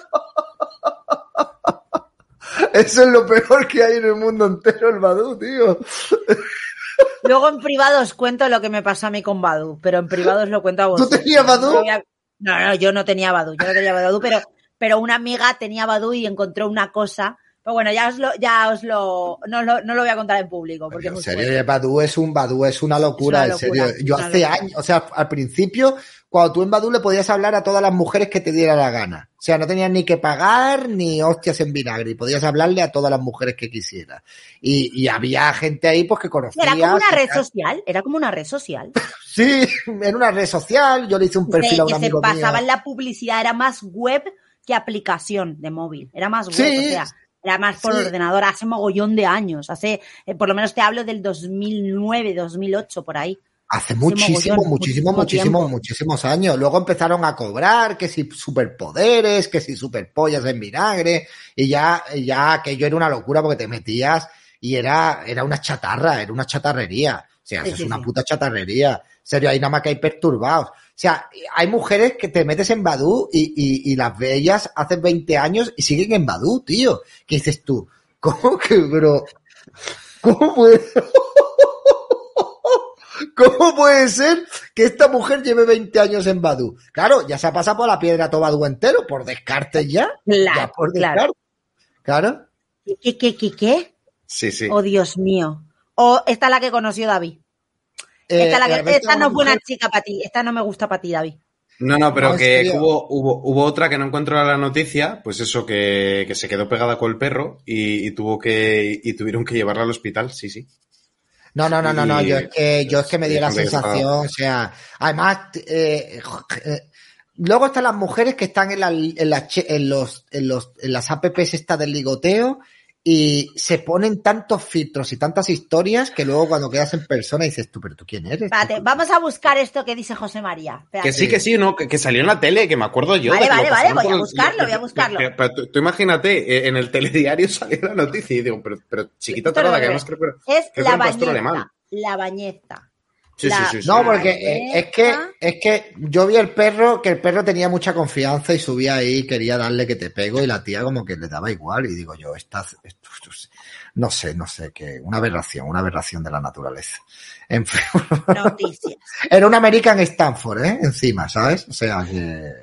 Eso es lo peor que hay en el mundo entero, el Badoo, tío. Luego en privado os cuento lo que me pasó a mí con Badoo, pero en privado os lo cuento a ¿Tú vosotros. tenías Badoo? No, voy a- no, no, yo no tenía Badoo, yo no tenía Badoo, pero, pero una amiga tenía Badoo y encontró una cosa. Pero bueno, ya os lo, ya os lo, no, lo, no lo voy a contar en público, porque es En muy serio, fuerte. Badoo es un Badoo, es una locura, Es una locura, en serio. Yo una hace locura. años, o sea, al principio, cuando tú en Badoo le podías hablar a todas las mujeres que te diera la gana. O sea, no tenías ni que pagar ni hostias en vinagre, y podías hablarle a todas las mujeres que quisieras. Y, y había gente ahí pues que conocía. Era como una red social, era como una red social. Sí, en una red social, yo le hice un Que, perfil a un que se amigo pasaba mío. en la publicidad, era más web que aplicación de móvil. Era más web, Sí. o sea, era más por Sí. ordenador hace mogollón de años. Hace, eh, por lo menos te hablo del dos mil nueve, dos mil ocho, por ahí. Hace muchísimo, mogollón, muchísimos, muchísimo muchísimos, tiempo. muchísimos años. Luego empezaron a cobrar, que si superpoderes, que si superpollas en vinagre, y ya, ya aquello era una locura porque te metías y era, era una chatarra, era una chatarrería. O sea, Sí, eso sí, es una sí. puta chatarrería. En serio, hay nada más que hay perturbados. O sea, hay mujeres que te metes en Badoo y, y, y las bellas hace veinte años y siguen en Badoo, tío. ¿Qué dices tú? ¿Cómo que, bro? ¿Cómo puede? ¿Cómo puede ser que esta mujer lleve veinte años en Badoo? Claro, ya se ha pasado por la piedra todo Badoo entero, por descarte ya. Claro, ya por claro. descarte. Claro. ¿Qué, qué, qué, qué? Sí, sí. Oh, Dios mío. O esta es la que conoció David. Eh, Esta, es la que- realmente esta no una es buena mujer- chica para ti. Esta no me gusta para ti, David. No, no, pero No, en que serio. hubo, hubo, hubo otra que no encuentro la noticia, pues eso, que, que se quedó pegada con el perro y, y tuvo que, y tuvieron que llevarla al hospital, sí, sí. No, no, no, no, no. Y- Yo es que, yo es que me dio la gente que estaba- sensación, o sea, además, eh, eh, luego están las mujeres que están en, la, en, las che- en los, en los, en las apps estas del ligoteo y se ponen tantos filtros y tantas historias que luego cuando quedas en persona dices tú, pero tú quién eres. Espérate, vamos a buscar esto que dice José María. Espérate. Que sí, que sí, no, que, que salió en la tele, que me acuerdo yo. Vale, de que vale, lo vale, pasaban voy a por el- buscarlo, voy a buscarlo. Pero, pero tú, tú imagínate, eh, en el telediario salió la noticia y digo, pero, pero chiquita Esto no tarada, lo que veo. además creo que era- Es creo que la era un pastor bañeza. alemán. La bañeza. Sí, La- sí, sí, sí. No, porque Bañeza. eh, es que, es que yo vi el perro, que el perro tenía mucha confianza y subía ahí y quería darle que te pego y la tía como que le daba igual y digo yo, estás, esto, esto es- no sé, no sé, que una aberración, una aberración de la naturaleza. En fin, Noticias. era un American Stanford, ¿eh? Encima, ¿sabes? O sea que...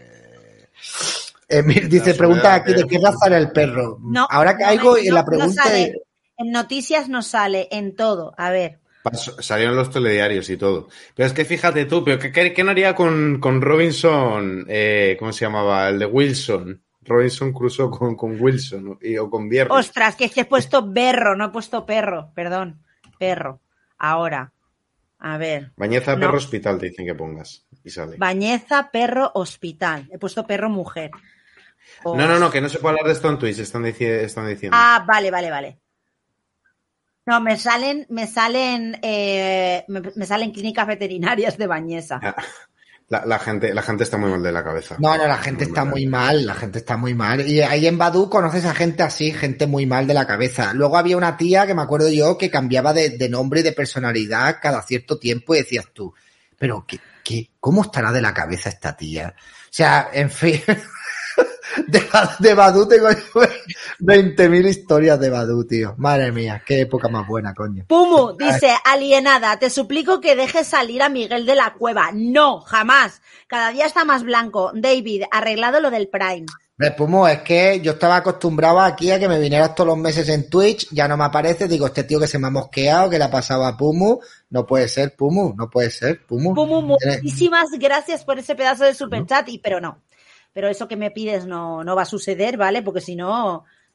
Eh, mira, dice, La pregunta soledad aquí, ¿de que- qué raza era el perro? No, Ahora que no caigo me- en no- la no pregunta sale. de... En noticias nos sale, en todo. A ver. Pasó- salieron los telediarios y todo. Pero es que fíjate tú, pero ¿qué, qué, qué no haría con, con Robinson? Eh, ¿Cómo se llamaba? El de Wilson. Robinson Crusoe con, con Wilson y, o con Bierry. Ostras, que es que he puesto berro, no he puesto perro. Perdón. Perro. Ahora. A ver. Bañeza No. perro hospital te dicen que pongas. Y sale. Bañeza, perro, hospital. He puesto perro, mujer. O- No, no, no, que no se puede hablar de esto en Twitch, están, dici- están diciendo. Ah, vale, vale, vale. No, me salen, me salen, eh, me, me salen clínicas veterinarias de Bañeza. La, la gente, la gente está muy mal de la cabeza. No, no, la gente está muy mal, la gente está muy mal. Y ahí en Badoo conoces a gente así, gente muy mal de la cabeza. Luego había una tía que me acuerdo yo que cambiaba de, de nombre y de personalidad cada cierto tiempo y decías tú, pero ¿qué, qué, ¿cómo estará de la cabeza esta tía? O sea, en fin, de, de Badoo tengo veinte mil historias de Badoo, tío. Madre mía, qué época más buena, coño. Pumu dice, alienada, te suplico que dejes salir a Miguel de la cueva. No, jamás. Cada día está más blanco. David, arreglado lo del Prime. Ves, Pumo, es que yo estaba acostumbrado aquí a que me vinieras todos los meses en Twitch, ya no me aparece, digo, este tío que se me ha mosqueado, que le ha pasado a Pumu, no puede ser, Pumu, no puede ser, Pumu. Pumu, Tienes- muchísimas gracias por ese pedazo de superchat, y pero no. Pero eso que me pides no, no va a suceder, ¿vale? Porque si no,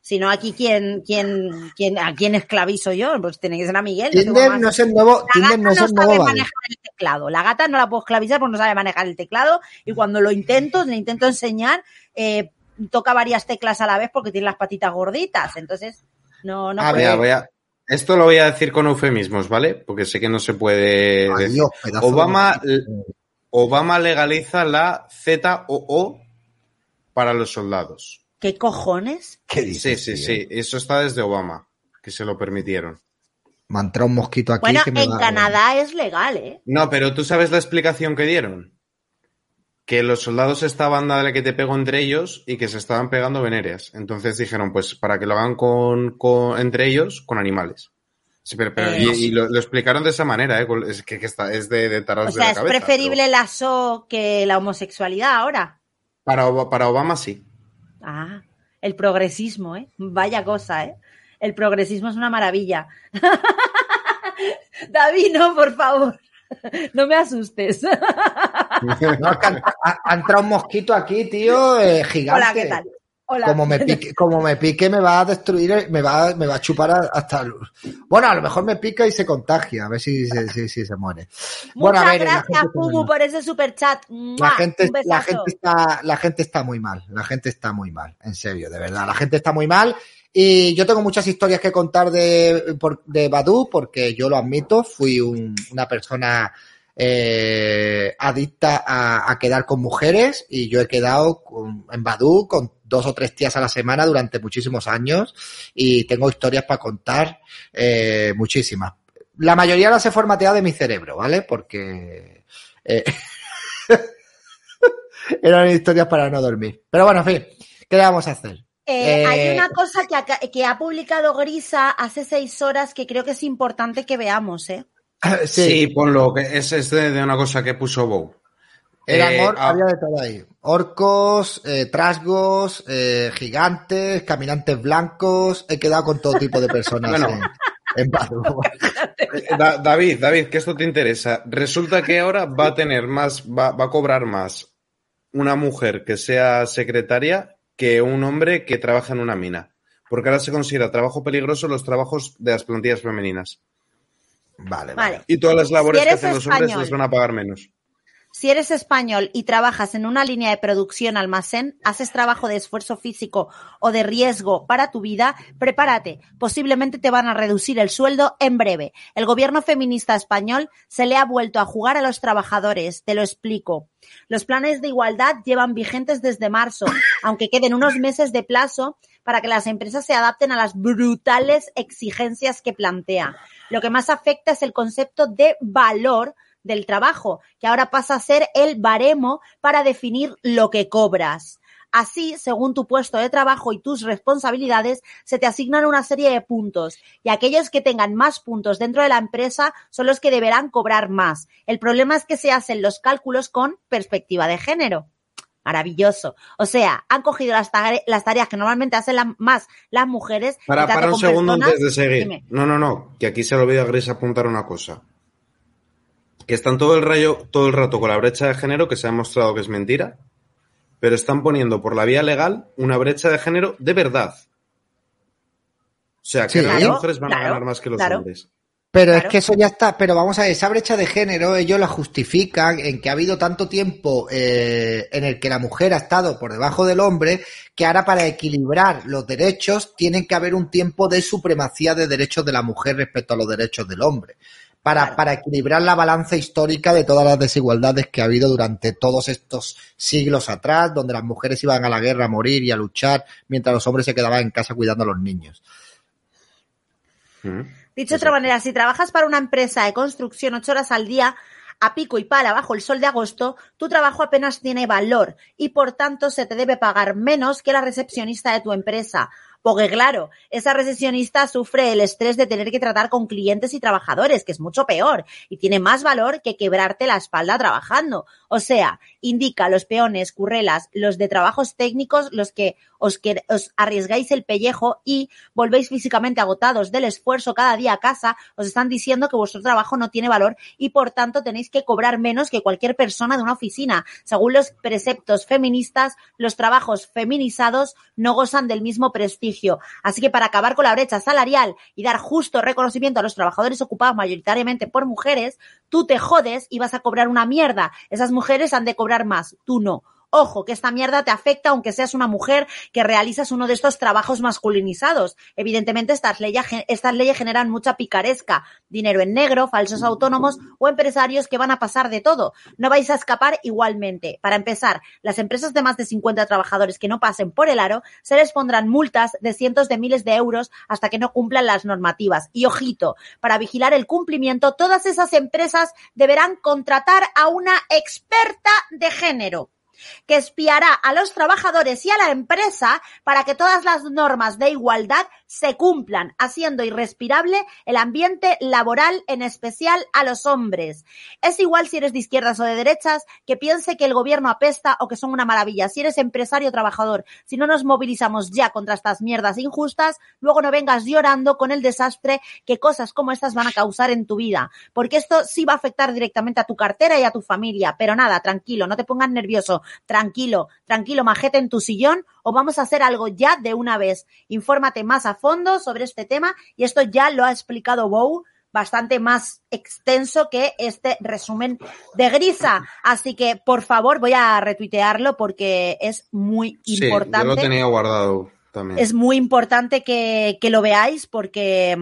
Si no, aquí, ¿quién, quién, quién, ¿a quién esclavizo yo? Pues tiene que ser a Miguel. Tinder no, no es el nuevo. La Tinder gata no es no el nuevo. sabe Vale. manejar el teclado. La gata no la puedo esclavizar porque no sabe manejar el teclado. Y cuando lo intento, le intento enseñar, eh, toca varias teclas a la vez porque tiene las patitas gorditas. Entonces, no, no A puede. ver. Voy a- esto lo voy a decir con eufemismos, ¿vale? Porque sé que no se puede Ay, decir. Dios, pedazo de Obama, mosquito. Obama legaliza la Z O O para los soldados. ¿Qué cojones? ¿Qué Sí, dices, sí, tío? sí. Eso está desde Obama, que se lo permitieron. Me ha entrado un mosquito aquí Bueno, que me en va- Canadá es legal, ¿eh? No, pero ¿tú sabes la explicación que dieron? Que los soldados estaban dale que te pego entre ellos y que se estaban pegando venéreas. Entonces dijeron, pues para que lo hagan con, con entre ellos, con animales. Sí, pero, pero- Eh, y y lo, lo explicaron de esa manera, ¿eh? Es que, que está, es de, de O tarados de sea, la es cabeza. preferible la S O que la homosexualidad ahora. pero Para, Ob- para Obama sí. Ah, el progresismo, ¿eh? Vaya cosa, ¿eh? El progresismo es una maravilla. David, no, por favor. No me asustes. No, es que ha, ha- ha entrado un mosquito aquí, tío, eh, gigante. Hola, ¿qué tal? Hola. Como me pique, como me pique, me va a destruir, me va, me va a chupar a- hasta. el- Bueno, a lo mejor me pica y se contagia, a ver si, si, si, si se muere. Bueno, Muchas a ver, la gracias, gente está muy Pumu, mal. por ese superchat. La gente, Un la besazo. gente está, la gente está muy mal, la gente está muy mal, en serio, de verdad, la gente está muy mal. Y yo tengo muchas historias que contar de, por- de Badoo, porque yo lo admito, fui un- una persona eh, adicta a, a quedar con mujeres y yo he quedado con- en Badoo con dos o tres tías a la semana durante muchísimos años y tengo historias para contar eh, muchísimas. La mayoría las he formateado de mi cerebro, ¿vale? Porque eh, eran historias para no dormir. Pero bueno, en fin, ¿qué le vamos a hacer? Eh, Eh, Hay una cosa que, aca- que ha publicado Grisa hace seis horas que creo que es importante que veamos, ¿eh? Sí, ponlo, que es, es de, de una cosa que puso Bow. El Eh, amor ah, había de todo ahí. Orcos, eh, trasgos, eh, gigantes, caminantes blancos. He quedado con todo tipo de personas Bueno. en, en Badoo. eh, Da- David, David, que esto te interesa. Resulta que ahora va a tener más, va, va a cobrar más una mujer que sea secretaria que un hombre que trabaja en una mina. Porque ahora se considera trabajo peligroso los trabajos de las plantillas femeninas. Vale, vale. Vale. Y todas las labores Si que eres hacen los hombres español. les van a pagar menos. Si eres español y trabajas en una línea de producción almacén, haces trabajo de esfuerzo físico o de riesgo para tu vida, prepárate. Posiblemente te van a reducir el sueldo en breve. El gobierno feminista español se le ha vuelto a jugar a los trabajadores. Te lo explico. Los planes de igualdad llevan vigentes desde marzo, aunque queden unos meses de plazo para que las empresas se adapten a las brutales exigencias que plantea. Lo que más afecta es el concepto de valor del trabajo, que ahora pasa a ser el baremo para definir lo que cobras. Así, según tu puesto de trabajo y tus responsabilidades, se te asignan una serie de puntos y aquellos que tengan más puntos dentro de la empresa son los que deberán cobrar más. El problema es que se hacen los cálculos con perspectiva de género. Maravilloso. O sea, han cogido las, tare- las tareas que normalmente hacen la- más las mujeres. Para, y trato para un con segundo personas- antes de seguir. Dime. No, no, no, que aquí se le olvida a Gris apuntar una cosa. Que están todo el, rayo, todo el rato con la brecha de género, que se ha demostrado que es mentira, pero están poniendo por la vía legal una brecha de género de verdad. O sea, que Sí. ahora las Claro, mujeres van claro, a ganar más que los claro. hombres. Pero Claro. es que eso ya está, pero vamos a ver, esa brecha de género ellos la justifican en que ha habido tanto tiempo eh, en el que la mujer ha estado por debajo del hombre, que ahora para equilibrar los derechos tienen que haber un tiempo de supremacía de derechos de la mujer respecto a los derechos del hombre. Para, Claro. para equilibrar la balanza histórica de todas las desigualdades que ha habido durante todos estos siglos atrás, donde las mujeres iban a la guerra a morir y a luchar, mientras los hombres se quedaban en casa cuidando a los niños. Mm. Dicho de otra manera, si trabajas para una empresa de construcción ocho horas al día, a pico y pala bajo el sol de agosto, tu trabajo apenas tiene valor y por tanto se te debe pagar menos que la recepcionista de tu empresa. Porque claro, esa recepcionista sufre el estrés de tener que tratar con clientes y trabajadores, que es mucho peor y tiene más valor que quebrarte la espalda trabajando. O sea, indica los peones, currelas, los de trabajos técnicos, los que os, que os arriesgáis el pellejo y volvéis físicamente agotados del esfuerzo cada día a casa, os están diciendo que vuestro trabajo no tiene valor y por tanto tenéis que cobrar menos que cualquier persona de una oficina. Según los preceptos feministas, los trabajos feminizados no gozan del mismo prestigio. Así que para acabar con la brecha salarial y dar justo reconocimiento a los trabajadores ocupados mayoritariamente por mujeres, tú te jodes y vas a cobrar una mierda. Esas mujeres han de cobrar más, tú no. Ojo, que esta mierda te afecta aunque seas una mujer que realizas uno de estos trabajos masculinizados. Evidentemente estas leyes, estas leyes generan mucha picaresca, dinero en negro, falsos autónomos o empresarios que van a pasar de todo. No vais a escapar igualmente. Para empezar, las empresas de más de cincuenta trabajadores que no pasen por el aro se les pondrán multas de cientos de miles de euros hasta que no cumplan las normativas. Y ojito, para vigilar el cumplimiento, todas esas empresas deberán contratar a una experta de género que espiará a los trabajadores y a la empresa para que todas las normas de igualdad se cumplan, haciendo irrespirable el ambiente laboral, en especial a los hombres. Es igual si eres de izquierdas o de derechas, que piense que el gobierno apesta o que son una maravilla. Si eres empresario o trabajador, si no nos movilizamos ya contra estas mierdas injustas, luego no vengas llorando con el desastre que cosas como estas van a causar en tu vida, porque esto sí va a afectar directamente a tu cartera y a tu familia. Pero nada, tranquilo, no te pongas nervioso. Tranquilo, tranquilo, majete en tu sillón, o vamos a hacer algo ya de una vez. Infórmate más a fondo sobre este tema y esto ya lo ha explicado Bou bastante más extenso que este resumen de Grisa. Así que, por favor, voy a retuitearlo porque es muy importante. Sí, yo lo tenía guardado también. Es muy importante que, que lo veáis porque...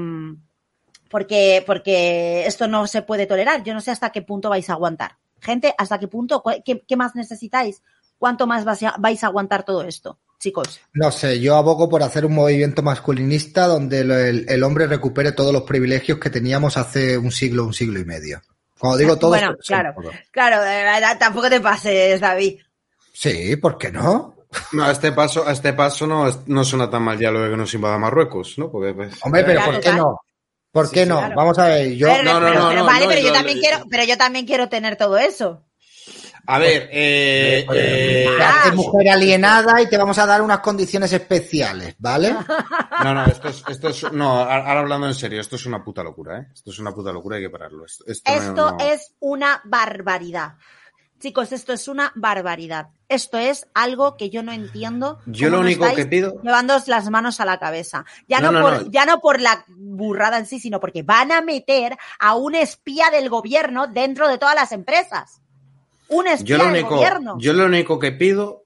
Porque, porque esto no se puede tolerar. Yo no sé hasta qué punto vais a aguantar. Gente, ¿hasta qué punto? ¿Qué, qué más necesitáis? ¿Cuánto más vais a, vais a aguantar todo esto, chicos? No sé, yo abogo por hacer un movimiento masculinista donde el, el hombre recupere todos los privilegios que teníamos hace un siglo, un siglo y medio. Cuando digo todo... Bueno, claro, claro, eh, tampoco te pases, David. Sí, ¿por qué no? No, a este paso, a este paso no, no suena tan mal ya lo de que nos invada Marruecos, ¿no? Porque, pues, hombre, pero ¿por qué no? ¿Por qué sí, no? Claro. Vamos a ver, yo... Pero, no, no, pero, no, pero, no, vale, no, pero no, yo no, también no, quiero, pero yo también quiero tener todo eso. A ver, eh... eh te haces mujer alienada y te vamos a dar unas condiciones especiales, ¿vale? No, no, esto es, esto es... No, ahora hablando en serio, esto es una puta locura, ¿eh? Esto es una puta locura, hay que pararlo. Esto, esto, esto no, no... es una barbaridad. Chicos, esto es una barbaridad. Esto es algo que yo no entiendo. Yo lo único que pido... Llevándoos las manos a la cabeza. Ya no, no, no, por, no. ya no por la burrada en sí, sino porque van a meter a un espía del gobierno dentro de todas las empresas. Un espía yo lo del único, gobierno. Yo lo único que pido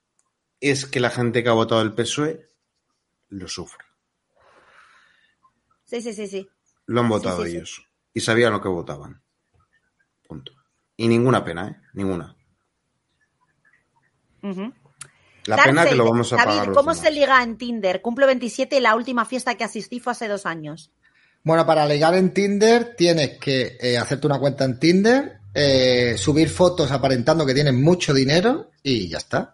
es que la gente que ha votado el P S O E lo sufra. Sí, sí, sí, sí. Lo han votado sí, sí, ellos. Sí. Y sabían lo que votaban. Punto. Y ninguna pena, ¿eh? Ninguna. Uh-huh. La Dark pena Side, que lo vamos a David, pagar. ¿cómo se liga en Tinder? Cumplo veintisiete y la última fiesta que asistí fue hace dos años. Bueno, para ligar en Tinder tienes que eh, hacerte una cuenta en Tinder, eh, subir fotos aparentando que tienes mucho dinero y ya está.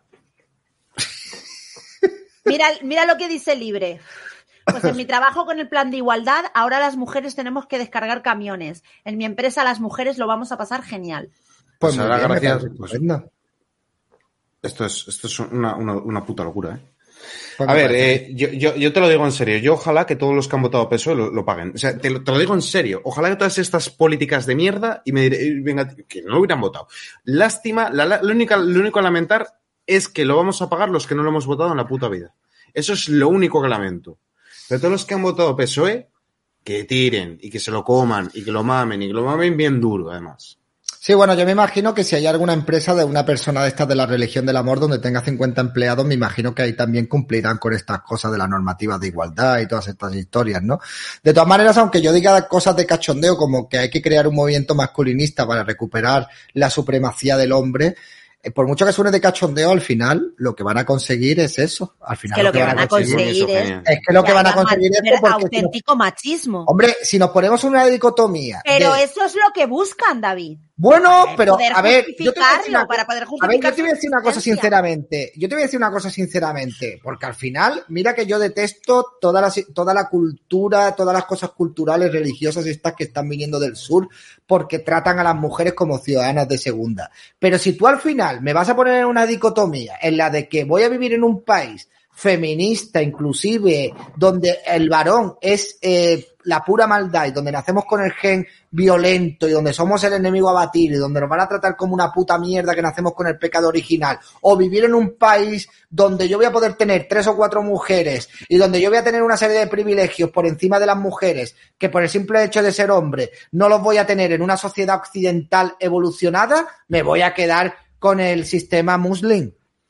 Mira, mira lo que dice Libre. Pues en mi trabajo con el plan de igualdad, ahora las mujeres tenemos que descargar camiones. En mi empresa las mujeres lo vamos a pasar genial. Pues, pues ahora bien, gracias. Pues, esto es, esto es una, una, una puta locura, ¿eh? Pues a ver, eh, yo, yo, yo te lo digo en serio. Yo ojalá que todos los que han votado P S O E lo, lo paguen. O sea, te lo, te lo digo en serio. Ojalá que todas estas políticas de mierda y me diré, venga, que no lo hubieran votado. Lástima, la, la, lo, único, lo único a lamentar es que lo vamos a pagar los que no lo hemos votado en la puta vida. Eso es lo único que lamento. Pero todos los que han votado P S O E, que tiren y que se lo coman y que lo mamen y que lo mamen bien duro, además. Sí, bueno, yo me imagino que si hay alguna empresa de una persona de estas de la religión del amor donde tenga cincuenta empleados, me imagino que ahí también cumplirán con estas cosas de las normativas de igualdad y todas estas historias, ¿no? De todas maneras, aunque yo diga cosas de cachondeo como que hay que crear un movimiento masculinista para recuperar la supremacía del hombre, por mucho que suene de cachondeo, al final lo que van a conseguir es eso. Al final que lo, lo que, que van, van a conseguir, conseguir es, es que lo que, que van a conseguir es auténtico si no, machismo. Hombre, si nos ponemos una dicotomía. Pero de, eso es lo que buscan, David. Bueno, Para pero poder a ver, yo te voy a decir una, justificarlo, para poder a ver, justificar yo te voy a decir una su cosa existencia. sinceramente. Yo te voy a decir una cosa sinceramente, porque al final, mira que yo detesto toda la, toda la cultura, todas las cosas culturales, religiosas estas que están viniendo del sur, porque tratan a las mujeres como ciudadanas de segunda. Pero si tú al final me vas a poner en una dicotomía en la de que voy a vivir en un país feminista, inclusive, donde el varón es eh, la pura maldad y donde nacemos con el gen violento y donde somos el enemigo a batir y donde nos van a tratar como una puta mierda que nacemos con el pecado original, o vivir en un país donde yo voy a poder tener tres o cuatro mujeres y donde yo voy a tener una serie de privilegios por encima de las mujeres que por el simple hecho de ser hombre no los voy a tener en una sociedad occidental evolucionada, me voy a quedar con el sistema muslim.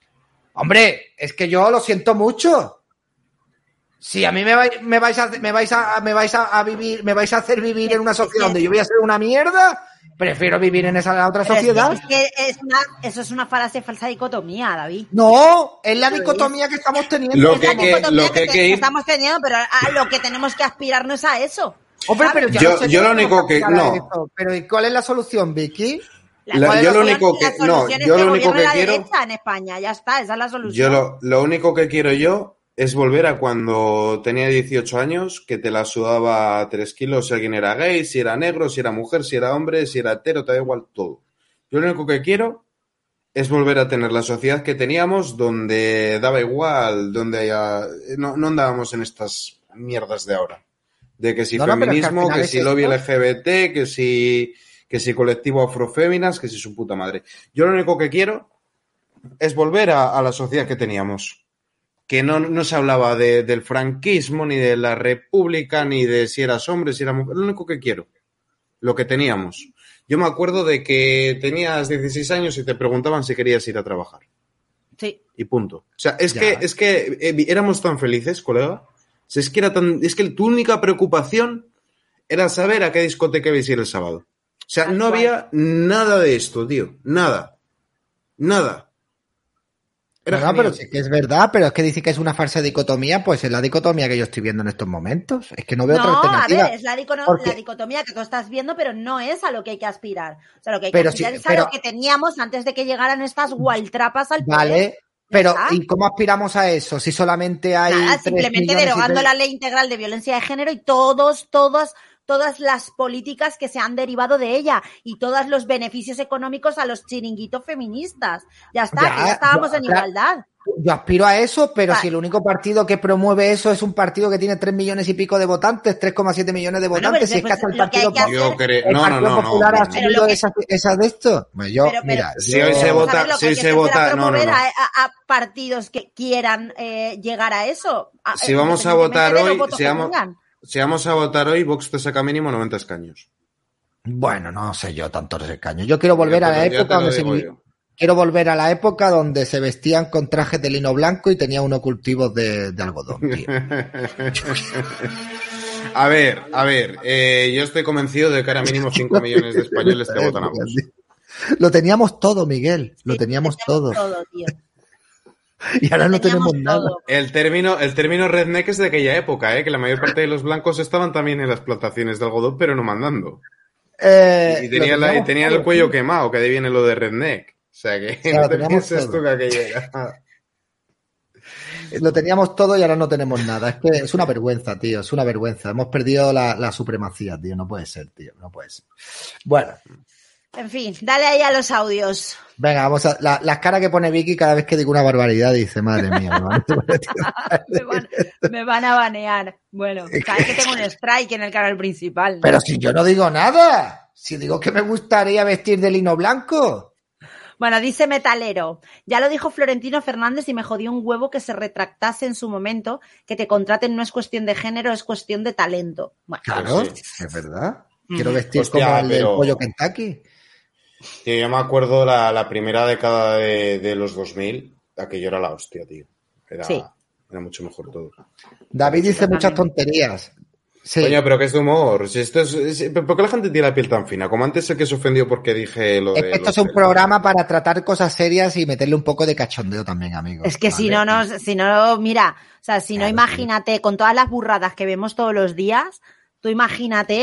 Hombre, es que yo lo siento mucho. Si a mí me vais, me vais a, me vais a, me vais a, a vivir, me vais a hacer vivir en una sociedad donde yo voy a ser una mierda, prefiero vivir en esa otra Pero sociedad. Es que, es que es una, eso es una falacia, falsa dicotomía, David. No, es la dicotomía que estamos teniendo. Lo Es que, la que, dicotomía lo que, que, que te- ir- estamos teniendo, pero a, a lo que tenemos que aspirar no es a eso. Hombre, pero ya Yo- no sé yo qué lo único que- aspirar a no. eso. Pero ¿y cuál es la solución, Vicky? La La- solución- yo lo único que- la solución no, es yo que lo único gobierne que la quiero- derecha en España, ya está, esa es la solución. Yo lo, lo único que quiero yo es volver a cuando tenía dieciocho años, que te la sudaba tres kilos si alguien era gay, si era negro, si era mujer, si era hombre, si era hetero, te da igual todo. Yo lo único que quiero es volver a tener la sociedad que teníamos donde daba igual, donde ya, no, no andábamos en estas mierdas de ahora. De que si No, no, pero es que al feminismo, final que es si lobby esto. L G B T, que si, que si colectivo afroféminas, que si su puta madre. Yo lo único que quiero es volver a, a la sociedad que teníamos. Que no, no se hablaba de, del franquismo, ni de la república, ni de si eras hombre, si eras mujer. Lo único que quiero. Lo que teníamos. Yo me acuerdo de que tenías dieciséis años y te preguntaban si querías ir a trabajar. Sí. Y punto. O sea, es Ya. que, es que eh, éramos tan felices, colega. O sea, es que era tan, es que tu única preocupación era saber a qué discoteca ibas a ir el sábado. O sea, Tal no cual. había nada de esto, tío. Nada. Nada. Era No, no, pero genial. sí que es verdad, pero es que dice que es una falsa dicotomía, pues es la dicotomía que yo estoy viendo en estos momentos. Es que no veo otra No, a alternativa. ver, es la, dicono- Porque- la dicotomía que tú estás viendo, pero no es a lo que hay que aspirar. O sea, lo que hay que Pero aspirar sí, es a pero- lo que teníamos antes de que llegaran estas gualtrapas al poder. Vale, pero está. ¿y cómo aspiramos a eso? Si solamente hay Nada, tres simplemente millones y derogando tres- la ley integral de violencia de género y todos, todos, todas las políticas que se han derivado de ella y todos los beneficios económicos a los chiringuitos feministas. Ya está, Ya, que ya estábamos yo- en claro. igualdad. Yo aspiro a eso, pero Vale. si el único partido que promueve eso es un partido que tiene tres millones y pico de votantes, tres coma siete millones de Bueno, votantes, pero si es que pues hasta el lo que hay Partido, que hacer- Yo creo, el no, no, Partido no, no. Popular ha no. Pero subido lo que- esas, esas de esto. Pues yo, Pero- pero- mira, Si yo- hoy se Vamos a vota- ver, lo que si hay hoy que se hacer vota- será no, no, promover no. A, a- a partidos que quieran eh, llegar a eso. a- Si vamos a votar independientemente de los hoy, votos si que vamos, tengan. si vamos a votar hoy, Vox te saca mínimo noventa escaños. bueno, no sé yo tantos escaños. Yo quiero volver Ya a te la lo- ya te época lo donde se digo vi- yo. quiero volver a la época donde se vestían con trajes de lino blanco y tenía unos cultivos de, de algodón, tío. A ver, a ver, eh, yo estoy convencido de que ahora mínimo cinco millones de españoles te votan a Vox. Lo teníamos todo, Miguel. Lo Sí, teníamos todo. todo, tío. Y ahora no Teníamos tenemos nada. todo. El término, el término redneck es de aquella época, ¿eh? Que la mayor parte de los blancos estaban también en las plantaciones de algodón, pero no mandando. Eh, Y tenía, lo la- y teníamos tenía todo, el cuello tío. quemado, que de ahí viene lo de redneck. O sea que sea, no lo te teníamos pienses todo. tú que aquello era. Lo teníamos todo y ahora no tenemos nada. Es que es una vergüenza, tío. Es una vergüenza. Hemos perdido la, la supremacía, tío. No puede ser, tío. No puede ser. Bueno, En fin, dale ahí a los audios. venga, vamos a. La, las caras que pone Vicky cada vez que digo una barbaridad dice, madre mía, me van a- me, van, me van a banear. Bueno, sabes que tengo un strike en el canal principal. ¿no? Pero si yo no digo nada. Si digo que me gustaría vestir de lino blanco. Bueno, dice Metalero. Ya lo dijo Florentino Fernández y me jodió un huevo que se retractase en su momento. Que te contraten no es cuestión de género, es cuestión de talento. Bueno, Claro, Pues sí. es verdad. Quiero vestir Hostia, como el del pero- pollo Kentucky. Tío, yo me acuerdo la, la primera década de, de los dos mil, aquello era la hostia, tío. Era, Sí. era mucho mejor todo. David dice Totalmente. muchas tonterías. Sí. Coño, pero que es de humor. Si esto es, es- ¿por qué la gente tiene la piel tan fina? Como antes el que se ofendió porque dije lo Es de... que esto los es un pelos. programa para tratar cosas serias y meterle un poco de cachondeo también, amigos. es que ¿vale? si no nos, si no, mira, o sea, si no Claro, imagínate con todas las burradas que vemos todos los días, tú imagínate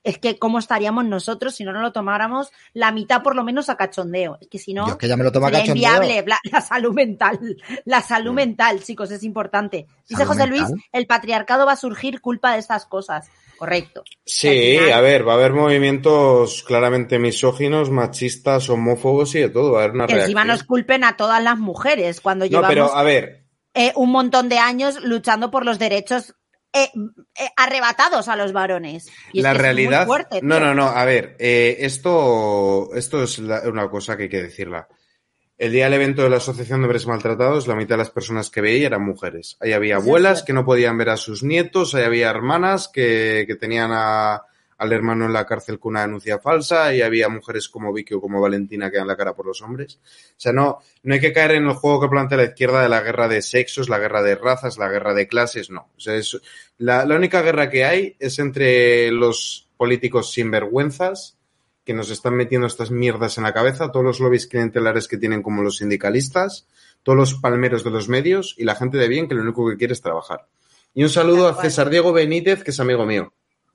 es que cómo estaríamos nosotros si no nos lo tomáramos la mitad por lo menos a cachondeo. Es que si no, Yo es que ya me lo tomo a sería cachondeo. inviable. La, la salud mental, la salud mental, chicos, es importante. Dice Salud José mental. Luis, el patriarcado va a surgir culpa de estas cosas. Correcto. Sí, Al final- a ver, va a haber movimientos claramente misóginos, machistas, homófobos y de todo. Va a haber una Que encima reacción. nos culpen a todas las mujeres cuando No, llevamos pero a ver, eh, un montón de años luchando por los derechos eh, eh, arrebatados a los varones. Y es la que es muy realidad. fuerte, no, tío. no, no. A ver, eh, esto, esto es la- una cosa que hay que decirla. El día del evento de la Asociación de Hombres Maltratados, la mitad de las personas que veía eran mujeres. Ahí había Eso es abuelas cierto. que no podían ver a sus nietos, ahí había hermanas que, que tenían a, al hermano en la cárcel con una denuncia falsa, y había mujeres como Vicky o como Valentina que dan la cara por los hombres. O sea, no, no hay que caer en el juego que plantea la izquierda de la guerra de sexos, la guerra de razas, la guerra de clases, no. O sea, es, la, la única guerra que hay es entre los políticos sinvergüenzas que nos están metiendo estas mierdas en la cabeza, todos los lobbies clientelares que tienen como los sindicalistas, todos los palmeros de los medios y la gente de bien que lo único que quiere es trabajar. Y un saludo a César Diego Benítez, que es amigo mío.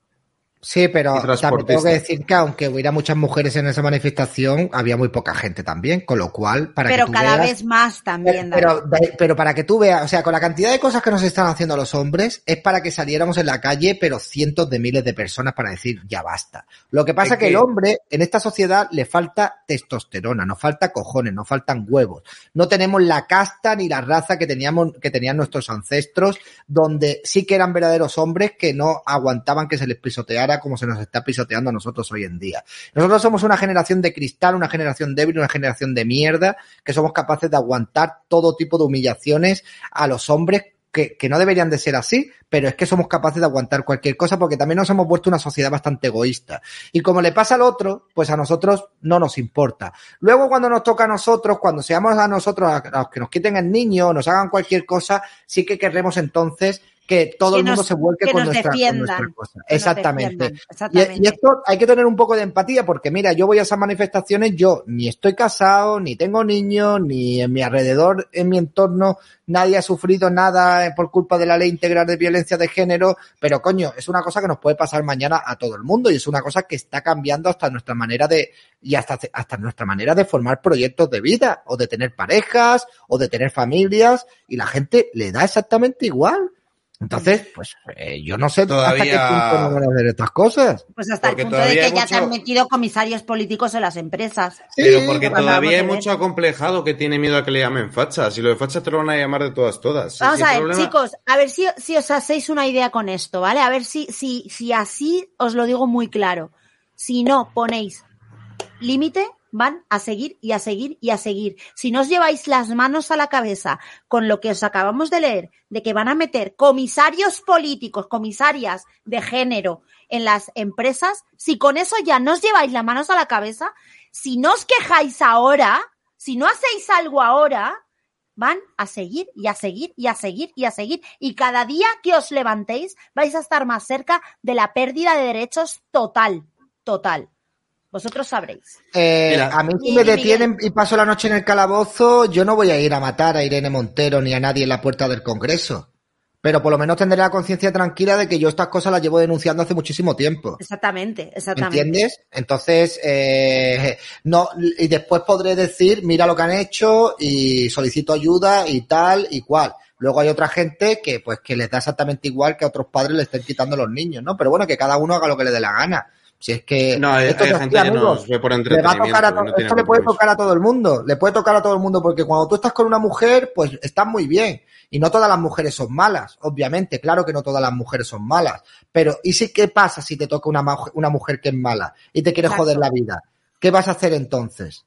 Sí, pero Y también transportista. tengo que decir que aunque hubiera muchas mujeres en esa manifestación, había muy poca gente también, con lo cual, para Pero que tú cada veas, vez más también. Pero, pero, pero para que tú veas, o sea, con la cantidad de cosas que nos están haciendo los hombres, es para que saliéramos en la calle, pero cientos de miles de personas para decir, ya basta. Lo que pasa es que el hombre, en esta sociedad, le falta testosterona, nos falta cojones, nos faltan huevos. No tenemos la casta ni la raza que teníamos, que tenían nuestros ancestros, donde sí que eran verdaderos hombres que no aguantaban que se les pisoteara como se nos está pisoteando a nosotros hoy en día. Nosotros somos una generación de cristal, una generación débil, una generación de mierda, que somos capaces de aguantar todo tipo de humillaciones a los hombres que, que no deberían de ser así, pero es que somos capaces de aguantar cualquier cosa porque también nos hemos vuelto una sociedad bastante egoísta. Y como le pasa al otro, pues a nosotros no nos importa. Luego cuando nos toca a nosotros, cuando seamos a nosotros a los que nos quiten el niño, nos hagan cualquier cosa, sí que querremos entonces que todo Que el mundo nos- se vuelque que con nos nuestra, con defiendan, nuestra cosa. que nos Exactamente. defiendan, Y, exactamente. y esto hay que tener un poco de empatía porque, mira, yo voy a esas manifestaciones, yo ni estoy casado, ni tengo niños, ni en mi alrededor, en mi entorno, nadie ha sufrido nada por culpa de la ley integral de violencia de género, pero coño, es una cosa que nos puede pasar mañana a todo el mundo y es una cosa que está cambiando hasta nuestra manera de, y hasta, hasta nuestra manera de formar proyectos de vida, o de tener parejas, o de tener familias, y la gente le da exactamente igual. Entonces, pues eh, yo no sé Todavía- hasta qué punto no van a hacer estas cosas. Pues hasta Porque el punto de todavía que hay ya te mucho- han metido comisarios políticos en las empresas. Pero porque cuando todavía hay vamos a ver. mucho acomplejado que tiene miedo a que le llamen fachas. Y lo de fachas te lo van a llamar de todas, todas. Vamos Sí, a el ver, problema- chicos, a ver si, si os hacéis una idea con esto, ¿vale? A ver si, si, si así os lo digo muy claro. Si no ponéis límite, van a seguir y a seguir y a seguir. Si no os lleváis las manos a la cabeza con lo que os acabamos de leer, de que van a meter comisarios políticos, comisarias de género en las empresas, si con eso ya no os lleváis las manos a la cabeza, si no os quejáis ahora, si no hacéis algo ahora, van a seguir y a seguir y a seguir y a seguir. Y cada día que os levantéis vais a estar más cerca de la pérdida de derechos total, total. Vosotros sabréis. Eh, Mira. a mí si Y- me y detienen y paso la noche en el calabozo, yo no voy a ir a matar a Irene Montero ni a nadie en la puerta del Congreso. Pero por lo menos tendré la conciencia tranquila de que yo estas cosas las llevo denunciando hace muchísimo tiempo. Exactamente, ¿Me exactamente. entiendes? Entonces, eh, no, y después podré decir, mira lo que han hecho y solicito ayuda y tal y cual. Luego hay otra gente que, pues, que les da exactamente igual que a otros padres le estén quitando los niños, ¿no? Pero bueno, que cada uno haga lo que le dé la gana. Si es que No, hay, esto hay es así, gente que amigos. nos ve por Le va a entretenimiento. tocar a y to- no tiene esto le puede compromiso. tocar a todo el mundo, le puede tocar a todo el mundo, porque cuando tú estás con una mujer, pues estás muy bien. Y no todas las mujeres son malas, obviamente, claro que no todas las mujeres son malas. Pero, ¿y si qué pasa si te toca una, ma- una mujer que es mala y te quiere Exacto. joder la vida? ¿Qué vas a hacer entonces?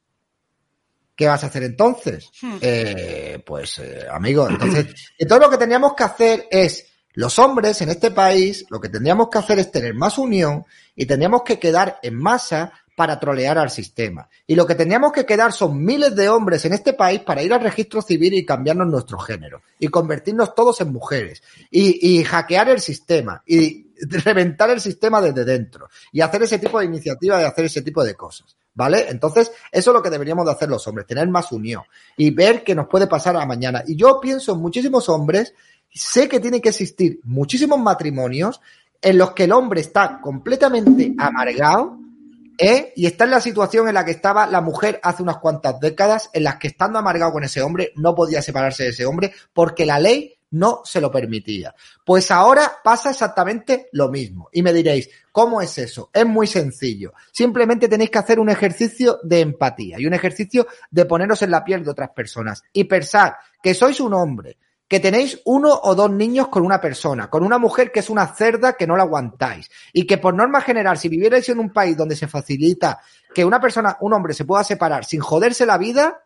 ¿Qué vas a hacer entonces? Hmm. Eh, pues, eh, amigo, entonces, entonces lo que tendríamos que hacer es, los hombres en este país, lo que tendríamos que hacer es tener más unión y tendríamos que quedar en masa para trolear al sistema. Y lo que tendríamos que quedar son miles de hombres en este país para ir al registro civil y cambiarnos nuestro género y convertirnos todos en mujeres y, y hackear el sistema y reventar el sistema desde dentro y hacer ese tipo de iniciativas, de hacer ese tipo de cosas. ¿Vale? Entonces, eso es lo que deberíamos de hacer los hombres, tener más unión y ver qué nos puede pasar a mañana. Y yo pienso en muchísimos hombres, sé que tienen que existir muchísimos matrimonios en los que el hombre está completamente amargado, ¿eh? Y está en la situación en la que estaba la mujer hace unas cuantas décadas, en las que estando amargado con ese hombre no podía separarse de ese hombre porque la ley no se lo permitía. Pues ahora pasa exactamente lo mismo. Y me diréis, ¿cómo es eso? Es muy sencillo. Simplemente tenéis que hacer un ejercicio de empatía y un ejercicio de poneros en la piel de otras personas y pensar que sois un hombre, que tenéis uno o dos niños con una persona, con una mujer que es una cerda que no la aguantáis y que por norma general, si vivierais en un país donde se facilita que una persona, un hombre se pueda separar sin joderse la vida,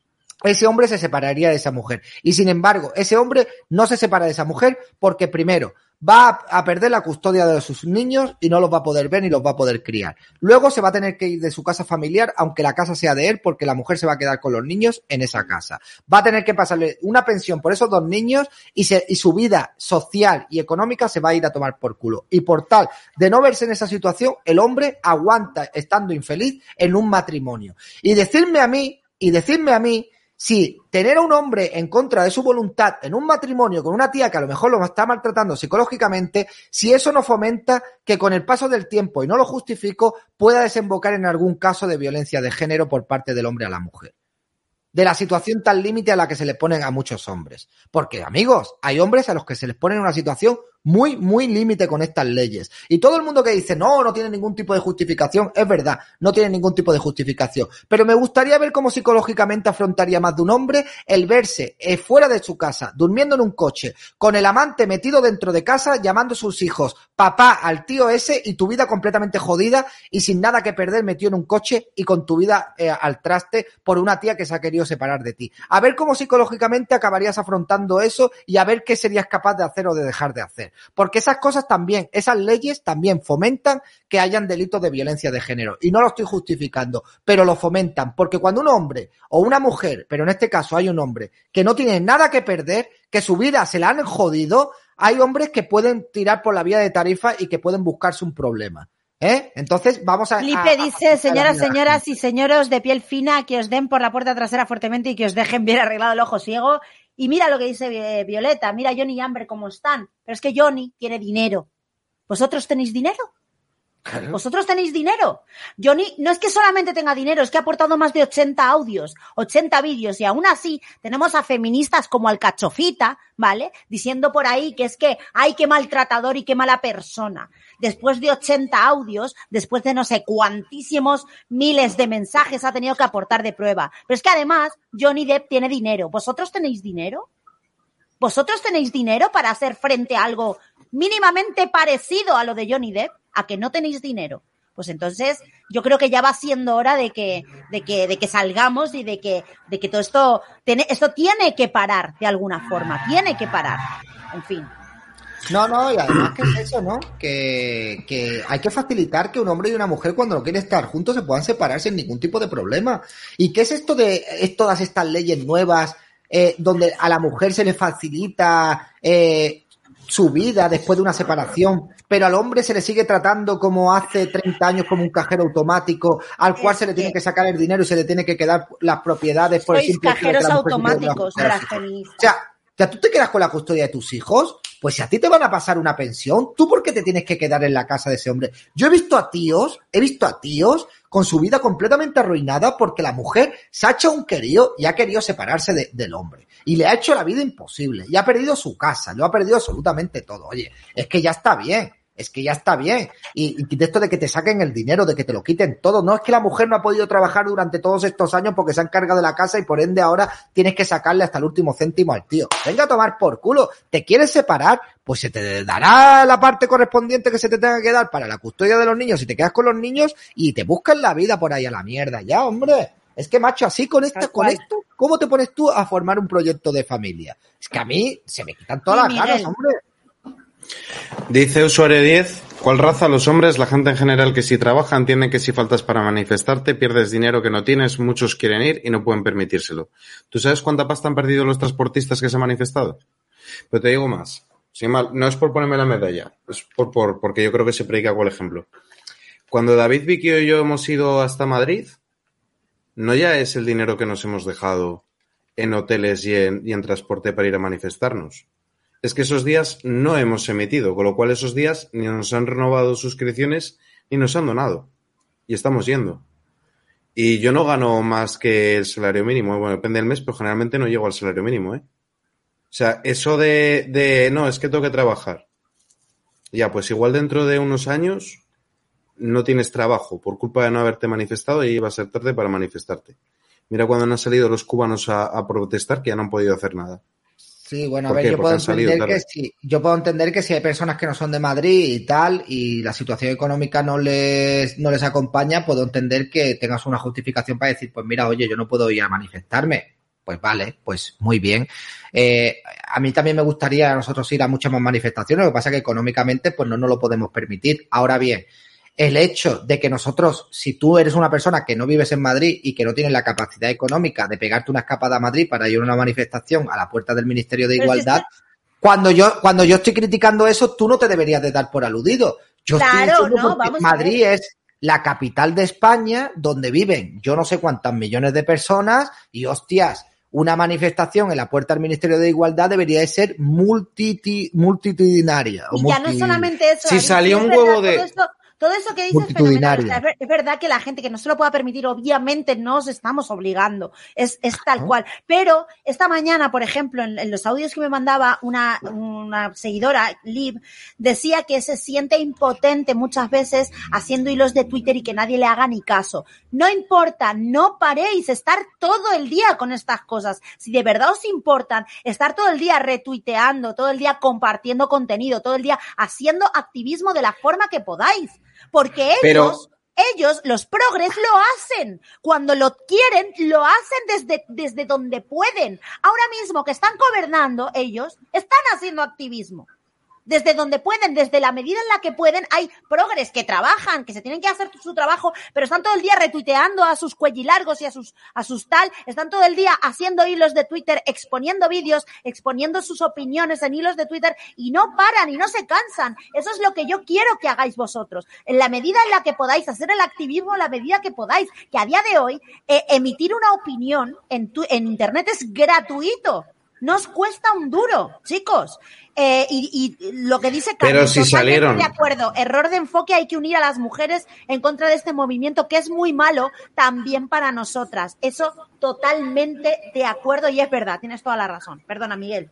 ese hombre se separaría de esa mujer. Y sin embargo, ese hombre no se separa de esa mujer porque primero va a perder la custodia de sus niños y no los va a poder ver ni los va a poder criar. Luego se va a tener que ir de su casa familiar, aunque la casa sea de él, porque la mujer se va a quedar con los niños en esa casa. Va a tener que pasarle una pensión por esos dos niños y, se, y su vida social y económica se va a ir a tomar por culo. Y por tal de no verse en esa situación, el hombre aguanta estando infeliz en un matrimonio. Y decirme a mí, y decirme a mí, si tener a un hombre en contra de su voluntad en un matrimonio con una tía que a lo mejor lo está maltratando psicológicamente, si eso no fomenta que con el paso del tiempo, y no lo justifico, pueda desembocar en algún caso de violencia de género por parte del hombre a la mujer. De la situación tan límite a la que se le ponen a muchos hombres. Porque, amigos, hay hombres a los que se les pone en una situación muy, muy límite con estas leyes. Y todo el mundo que dice, no, no tiene ningún tipo de justificación, es verdad, no tiene ningún tipo de justificación. Pero me gustaría ver cómo psicológicamente afrontaría más de un hombre el verse eh, fuera de su casa, durmiendo en un coche, con el amante metido dentro de casa, llamando a sus hijos papá al tío ese y tu vida completamente jodida y sin nada que perder metido en un coche y con tu vida eh, al traste por una tía que se ha querido separar de ti. A ver cómo psicológicamente acabarías afrontando eso y a ver qué serías capaz de hacer o de dejar de hacer. Porque esas cosas también, esas leyes también fomentan que hayan delitos de violencia de género. Y no lo estoy justificando, pero lo fomentan. Porque cuando un hombre o una mujer, pero en este caso hay un hombre, que no tiene nada que perder, que su vida se la han jodido, hay hombres que pueden tirar por la vía de tarifa y que pueden buscarse un problema. ¿Eh? Entonces vamos a... Felipe a, dice, a, a señoras, señoras y señoros de piel fina, que os den por la puerta trasera fuertemente y que os dejen bien arreglado el ojo ciego. Y mira lo que dice Violeta, mira Johnny y Amber cómo están. Pero es que Johnny tiene dinero. ¿Vosotros tenéis dinero? Claro. ¿Vosotros tenéis dinero? Johnny no es que solamente tenga dinero, es que ha aportado más de ochenta audios, ochenta vídeos, y aún así tenemos a feministas como Alcachofita, ¿vale? Diciendo por ahí que es que ay, qué maltratador y qué mala persona. Después de ochenta audios, después de no sé cuantísimos miles de mensajes ha tenido que aportar de prueba. Pero es que además Johnny Depp tiene dinero. ¿Vosotros tenéis dinero? ¿Vosotros tenéis dinero para hacer frente a algo mínimamente parecido a lo de Johnny Depp? ¿A que no tenéis dinero? Pues entonces yo creo que ya va siendo hora de que, de que, de que salgamos y de que, de que todo esto, tiene, esto tiene que parar de alguna forma, tiene que parar. En fin. No, no, y además que es eso, ¿no? Que, que hay que facilitar que un hombre y una mujer cuando no quieren estar juntos se puedan separar sin ningún tipo de problema. ¿Y qué es esto de es todas estas leyes nuevas eh, donde a la mujer se le facilita eh, su vida después de una separación, pero al hombre se le sigue tratando como hace treinta años como un cajero automático al cual es se le tiene que sacar el dinero y se le tiene que quedar las propiedades por el simple hecho de que la mujer automáticos, se o sea, sea, tú te quedas con la custodia de tus hijos, pues si a ti te van a pasar una pensión, ¿tú por qué te tienes que quedar en la casa de ese hombre? Yo he visto a tíos, he visto a tíos con su vida completamente arruinada porque la mujer se ha hecho un querido y ha querido separarse de, del hombre. Y le ha hecho la vida imposible. Y ha perdido su casa, lo ha perdido absolutamente todo. Oye, es que ya está bien. Es que ya está bien. Y, y de esto de que te saquen el dinero, de que te lo quiten todo. No es que la mujer no ha podido trabajar durante todos estos años porque se ha encargado de la casa y por ende ahora tienes que sacarle hasta el último céntimo al tío. Venga a tomar por culo. ¿Te quieres separar? Pues se te dará la parte correspondiente que se te tenga que dar para la custodia de los niños si te quedas con los niños y te buscas la vida por ahí a la mierda. Ya, hombre. Es que, macho, así con esto, con esto, ¿cómo te pones tú a formar un proyecto de familia? Es que a mí se me quitan todas sí, las ganas, hombre. Dice usuario diez, ¿cuál raza? Los hombres, la gente en general que si trabaja entiende que si faltas para manifestarte, pierdes dinero que no tienes, muchos quieren ir y no pueden permitírselo. ¿Tú sabes cuánta pasta han perdido los transportistas que se han manifestado? Pero te digo más, sin mal, no es por ponerme la medalla, es por, por porque yo creo que se predica con el ejemplo. Cuando David, Vicky y yo hemos ido hasta Madrid, no ya es el dinero que nos hemos dejado en hoteles y en, y en transporte para ir a manifestarnos. es que esos días no hemos emitido, con lo cual esos días ni nos han renovado suscripciones ni nos han donado. Y estamos yendo. Y yo no gano más que el salario mínimo. Bueno, depende del mes, pero generalmente no llego al salario mínimo, ¿eh? O sea, eso de, de no, es que tengo que trabajar. Ya, pues igual dentro de unos años no tienes trabajo por culpa de no haberte manifestado y va a ser tarde para manifestarte. Mira cuando han salido los cubanos a, a protestar que ya no han podido hacer nada. Sí, bueno, a ver, yo puedo, entender que si, yo puedo entender que si hay personas que no son de Madrid y tal, y la situación económica no les, no les acompaña, puedo entender que tengas una justificación para decir, pues mira, oye, yo no puedo ir a manifestarme. Pues vale, pues muy bien. Eh, a mí también me gustaría a nosotros ir a muchas más manifestaciones, lo que pasa es que económicamente pues no nos lo podemos permitir. Ahora bien, el hecho de que nosotros, si tú eres una persona que no vives en Madrid y que no tienes la capacidad económica de pegarte una escapada a Madrid para ir a una manifestación a la puerta del Ministerio de Igualdad, si es que... cuando yo cuando yo estoy criticando eso, tú no te deberías de dar por aludido. Yo claro, estoy no, vamos Madrid es la capital de España, donde viven yo no sé cuántas millones de personas y, hostias, una manifestación en la puerta del Ministerio de Igualdad debería de ser multiti, multitudinaria. Y ya multi... no solamente eso. Si salió un huevo de... Todo esto, todo eso que dices es fenomenal. Es verdad que la gente que no se lo pueda permitir, obviamente nos estamos obligando. Es, es tal cual. Pero esta mañana, por ejemplo, en, en los audios que me mandaba una, una seguidora, Liv, decía que se siente impotente muchas veces haciendo hilos de Twitter y que nadie le haga ni caso. No importa, no paréis estar todo el día con estas cosas. Si de verdad os importan, estar todo el día retuiteando, todo el día compartiendo contenido, todo el día haciendo activismo de la forma que podáis. Porque ellos, Pero... ellos, los progres, lo hacen. Cuando lo quieren, lo hacen desde, desde donde pueden. Ahora mismo que están gobernando, ellos están haciendo activismo. Desde donde pueden, desde la medida en la que pueden, hay progres que trabajan, que se tienen que hacer su trabajo, pero están todo el día retuiteando a sus cuellilargos y a sus, a sus tal, están todo el día haciendo hilos de Twitter, exponiendo vídeos, exponiendo sus opiniones en hilos de Twitter y no paran y no se cansan. Eso es lo que yo quiero que hagáis vosotros. En la medida en la que podáis hacer el activismo, en la medida que podáis, que a día de hoy, eh, emitir una opinión en, tu, en internet es gratuito. No os cuesta un duro, chicos. Eh, y, y lo que dice Carmen, pero si salieron. De acuerdo, error de enfoque, hay que unir a las mujeres en contra de este movimiento que es muy malo también para nosotras. Eso totalmente de acuerdo y es verdad, tienes toda la razón. Perdona, Miguel.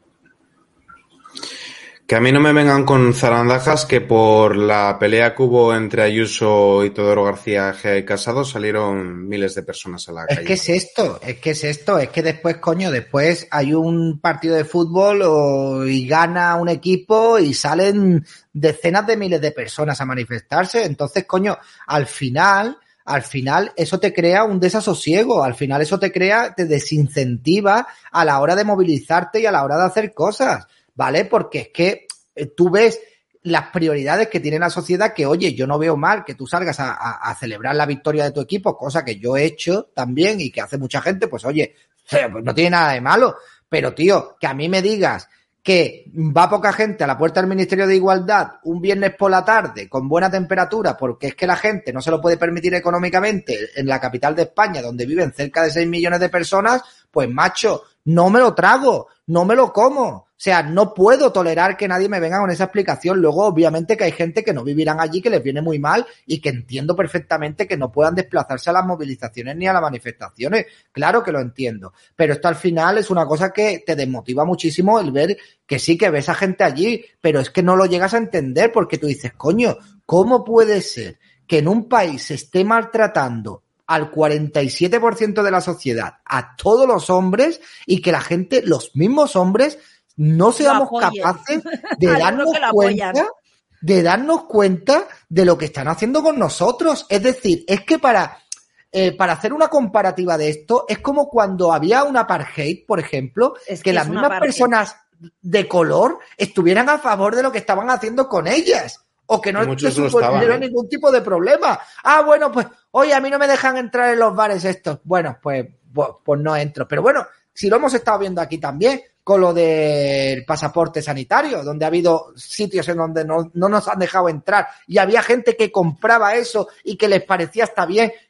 Que a mí no me vengan con zarandajas que por la pelea que hubo entre Ayuso y Teodoro García y Casado salieron miles de personas a la calle. Es que es esto, es que es esto, es que después, coño, después hay un partido de fútbol o, y gana un equipo y salen decenas de miles de personas a manifestarse. Entonces, coño, al final... Al final eso te crea un desasosiego, al final eso te crea, te desincentiva a la hora de movilizarte y a la hora de hacer cosas, ¿vale? Porque es que tú ves las prioridades que tiene la sociedad que, oye, yo no veo mal que tú salgas a, a, a celebrar la victoria de tu equipo, cosa que yo he hecho también y que hace mucha gente, pues oye, pues no tiene nada de malo, pero tío, que a mí me digas que va poca gente a la puerta del Ministerio de Igualdad un viernes por la tarde con buena temperatura porque es que la gente no se lo puede permitir económicamente en la capital de España donde viven cerca de seis millones de personas, pues macho, no me lo trago, no me lo como. O sea, no puedo tolerar que nadie me venga con esa explicación. Luego, obviamente, que hay gente que no vivirán allí, que les viene muy mal y que entiendo perfectamente que no puedan desplazarse a las movilizaciones ni a las manifestaciones. Claro que lo entiendo. Pero esto al final es una cosa que te desmotiva muchísimo el ver que sí que ves a gente allí, pero es que no lo llegas a entender porque tú dices, coño, ¿cómo puede ser que en un país se esté maltratando al cuarenta y siete por ciento de la sociedad, a todos los hombres y que la gente, los mismos hombres, no seamos capaces de darnos cuenta, de darnos cuenta de lo que están haciendo con nosotros? Es decir, es que para, eh, para hacer una comparativa de esto, es como cuando había un apartheid, por ejemplo, es que, que las mismas apartheid. personas de color estuvieran a favor de lo que estaban haciendo con ellas. O que no les supusieron ¿eh? ningún tipo de problema. Ah, bueno, pues, oye, a mí no me dejan entrar en los bares estos. Bueno, pues, pues, pues no entro. Pero bueno, si lo hemos estado viendo aquí también, con lo del pasaporte sanitario, donde ha habido sitios en donde no, no nos han dejado entrar y había gente que compraba eso y que les parecía hasta bien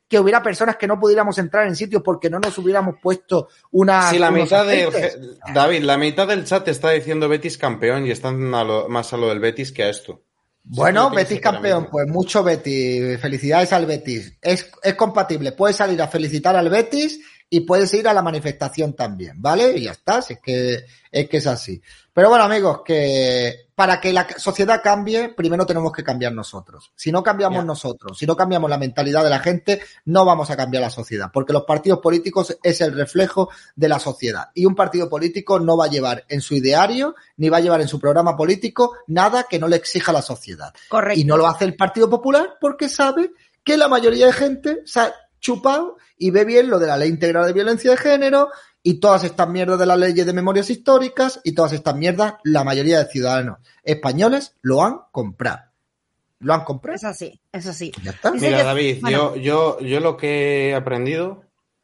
que hubiera personas que no pudiéramos entrar en sitios porque no nos hubiéramos puesto una... Sí, la mitad del... David, la mitad del chat está diciendo Betis campeón y están a lo, más a lo del Betis que a esto. Bueno, sí, Betis campeón, pues mucho Betis. Felicidades al Betis. Es, es compatible. Puedes salir a felicitar al Betis y puedes ir a la manifestación también, ¿vale? Y ya está, si es que es que es así. Pero bueno, amigos, que para que la sociedad cambie, primero tenemos que cambiar nosotros. Si no cambiamos yeah. nosotros, si no cambiamos la mentalidad de la gente, no vamos a cambiar la sociedad, porque los partidos políticos es el reflejo de la sociedad. Y un partido político no va a llevar en su ideario, ni va a llevar en su programa político nada que no le exija la sociedad. Correcto. Y no lo hace el Partido Popular porque sabe que la mayoría de gente se ha chupado y ve bien lo de la Ley Integral de Violencia de Género y todas estas mierdas de las leyes de memorias históricas y todas estas mierdas, la mayoría de ciudadanos españoles lo han comprado. ¿Lo han comprado? Es así, es así. ¿Ya está? Mira, que, David, bueno. yo, yo, yo lo que he aprendido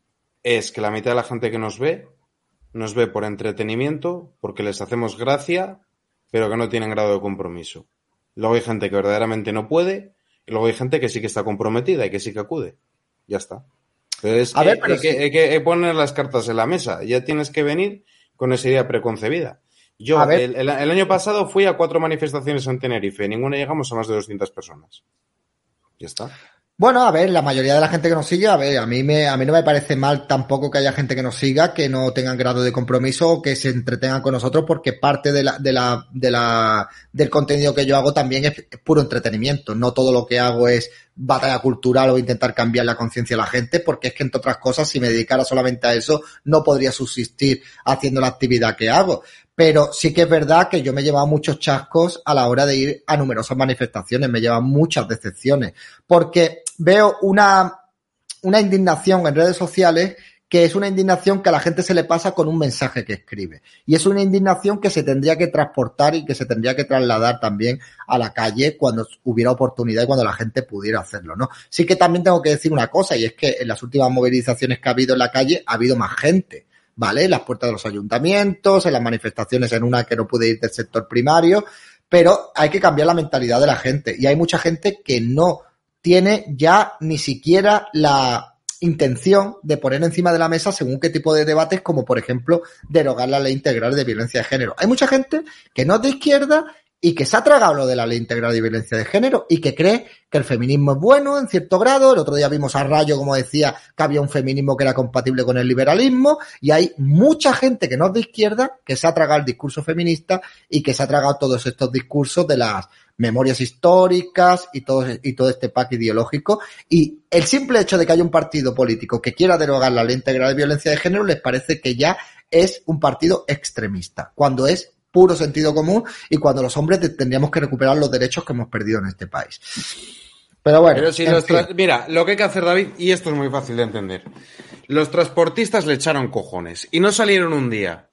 es que la mitad de la gente que nos ve, nos ve por entretenimiento, porque les hacemos gracia, pero que no tienen grado de compromiso. Luego hay gente que verdaderamente no puede, y luego hay gente que sí que está comprometida y que sí que acude. Ya está. Pero es que, a ver, pero hay, sí. que, hay que poner las cartas en la mesa. Ya tienes que venir con esa idea preconcebida. Yo el, el, el año pasado fui a cuatro manifestaciones en Tenerife. Ninguna llegamos a más de doscientas personas. Ya está. Bueno, a ver, la mayoría de la gente que nos sigue, a ver, a mí me, a mí no me parece mal tampoco que haya gente que nos siga, que no tengan grado de compromiso o que se entretengan con nosotros, porque parte de la, de la, de la, del contenido que yo hago también es, es puro entretenimiento. No todo lo que hago es batalla cultural o intentar cambiar la conciencia de la gente, porque es que, entre otras cosas, si me dedicara solamente a eso, no podría subsistir haciendo la actividad que hago. Pero sí que es verdad que yo me he llevado muchos chascos a la hora de ir a numerosas manifestaciones, me llevan muchas decepciones, porque veo una, una indignación en redes sociales que es una indignación que a la gente se le pasa con un mensaje que escribe. Y es una indignación que se tendría que transportar y que se tendría que trasladar también a la calle cuando hubiera oportunidad y cuando la gente pudiera hacerlo, ¿no? Sí que también tengo que decir una cosa, y es que en las últimas movilizaciones que ha habido en la calle ha habido más gente, ¿vale? En las puertas de los ayuntamientos, en las manifestaciones, en una que no pude ir del sector primario, pero hay que cambiar la mentalidad de la gente. Y hay mucha gente que no tiene ya ni siquiera la intención de poner encima de la mesa según qué tipo de debates, como por ejemplo derogar la Ley Integral de Violencia de Género. Hay mucha gente que no es de izquierda y que se ha tragado lo de la Ley Integral de Violencia de Género y que cree que el feminismo es bueno en cierto grado. El otro día vimos a Rayo, como decía, que había un feminismo que era compatible con el liberalismo, y hay mucha gente que no es de izquierda que se ha tragado el discurso feminista y que se ha tragado todos estos discursos de las memorias históricas y todo, y todo este pack ideológico, y el simple hecho de que haya un partido político que quiera derogar la Ley Integral de Violencia de Género les parece que ya es un partido extremista, cuando es puro sentido común y cuando los hombres tendríamos que recuperar los derechos que hemos perdido en este país. Pero bueno. Pero si los tra- mira, lo que hay que hacer, David, y esto es muy fácil de entender, los transportistas le echaron cojones y no salieron un día.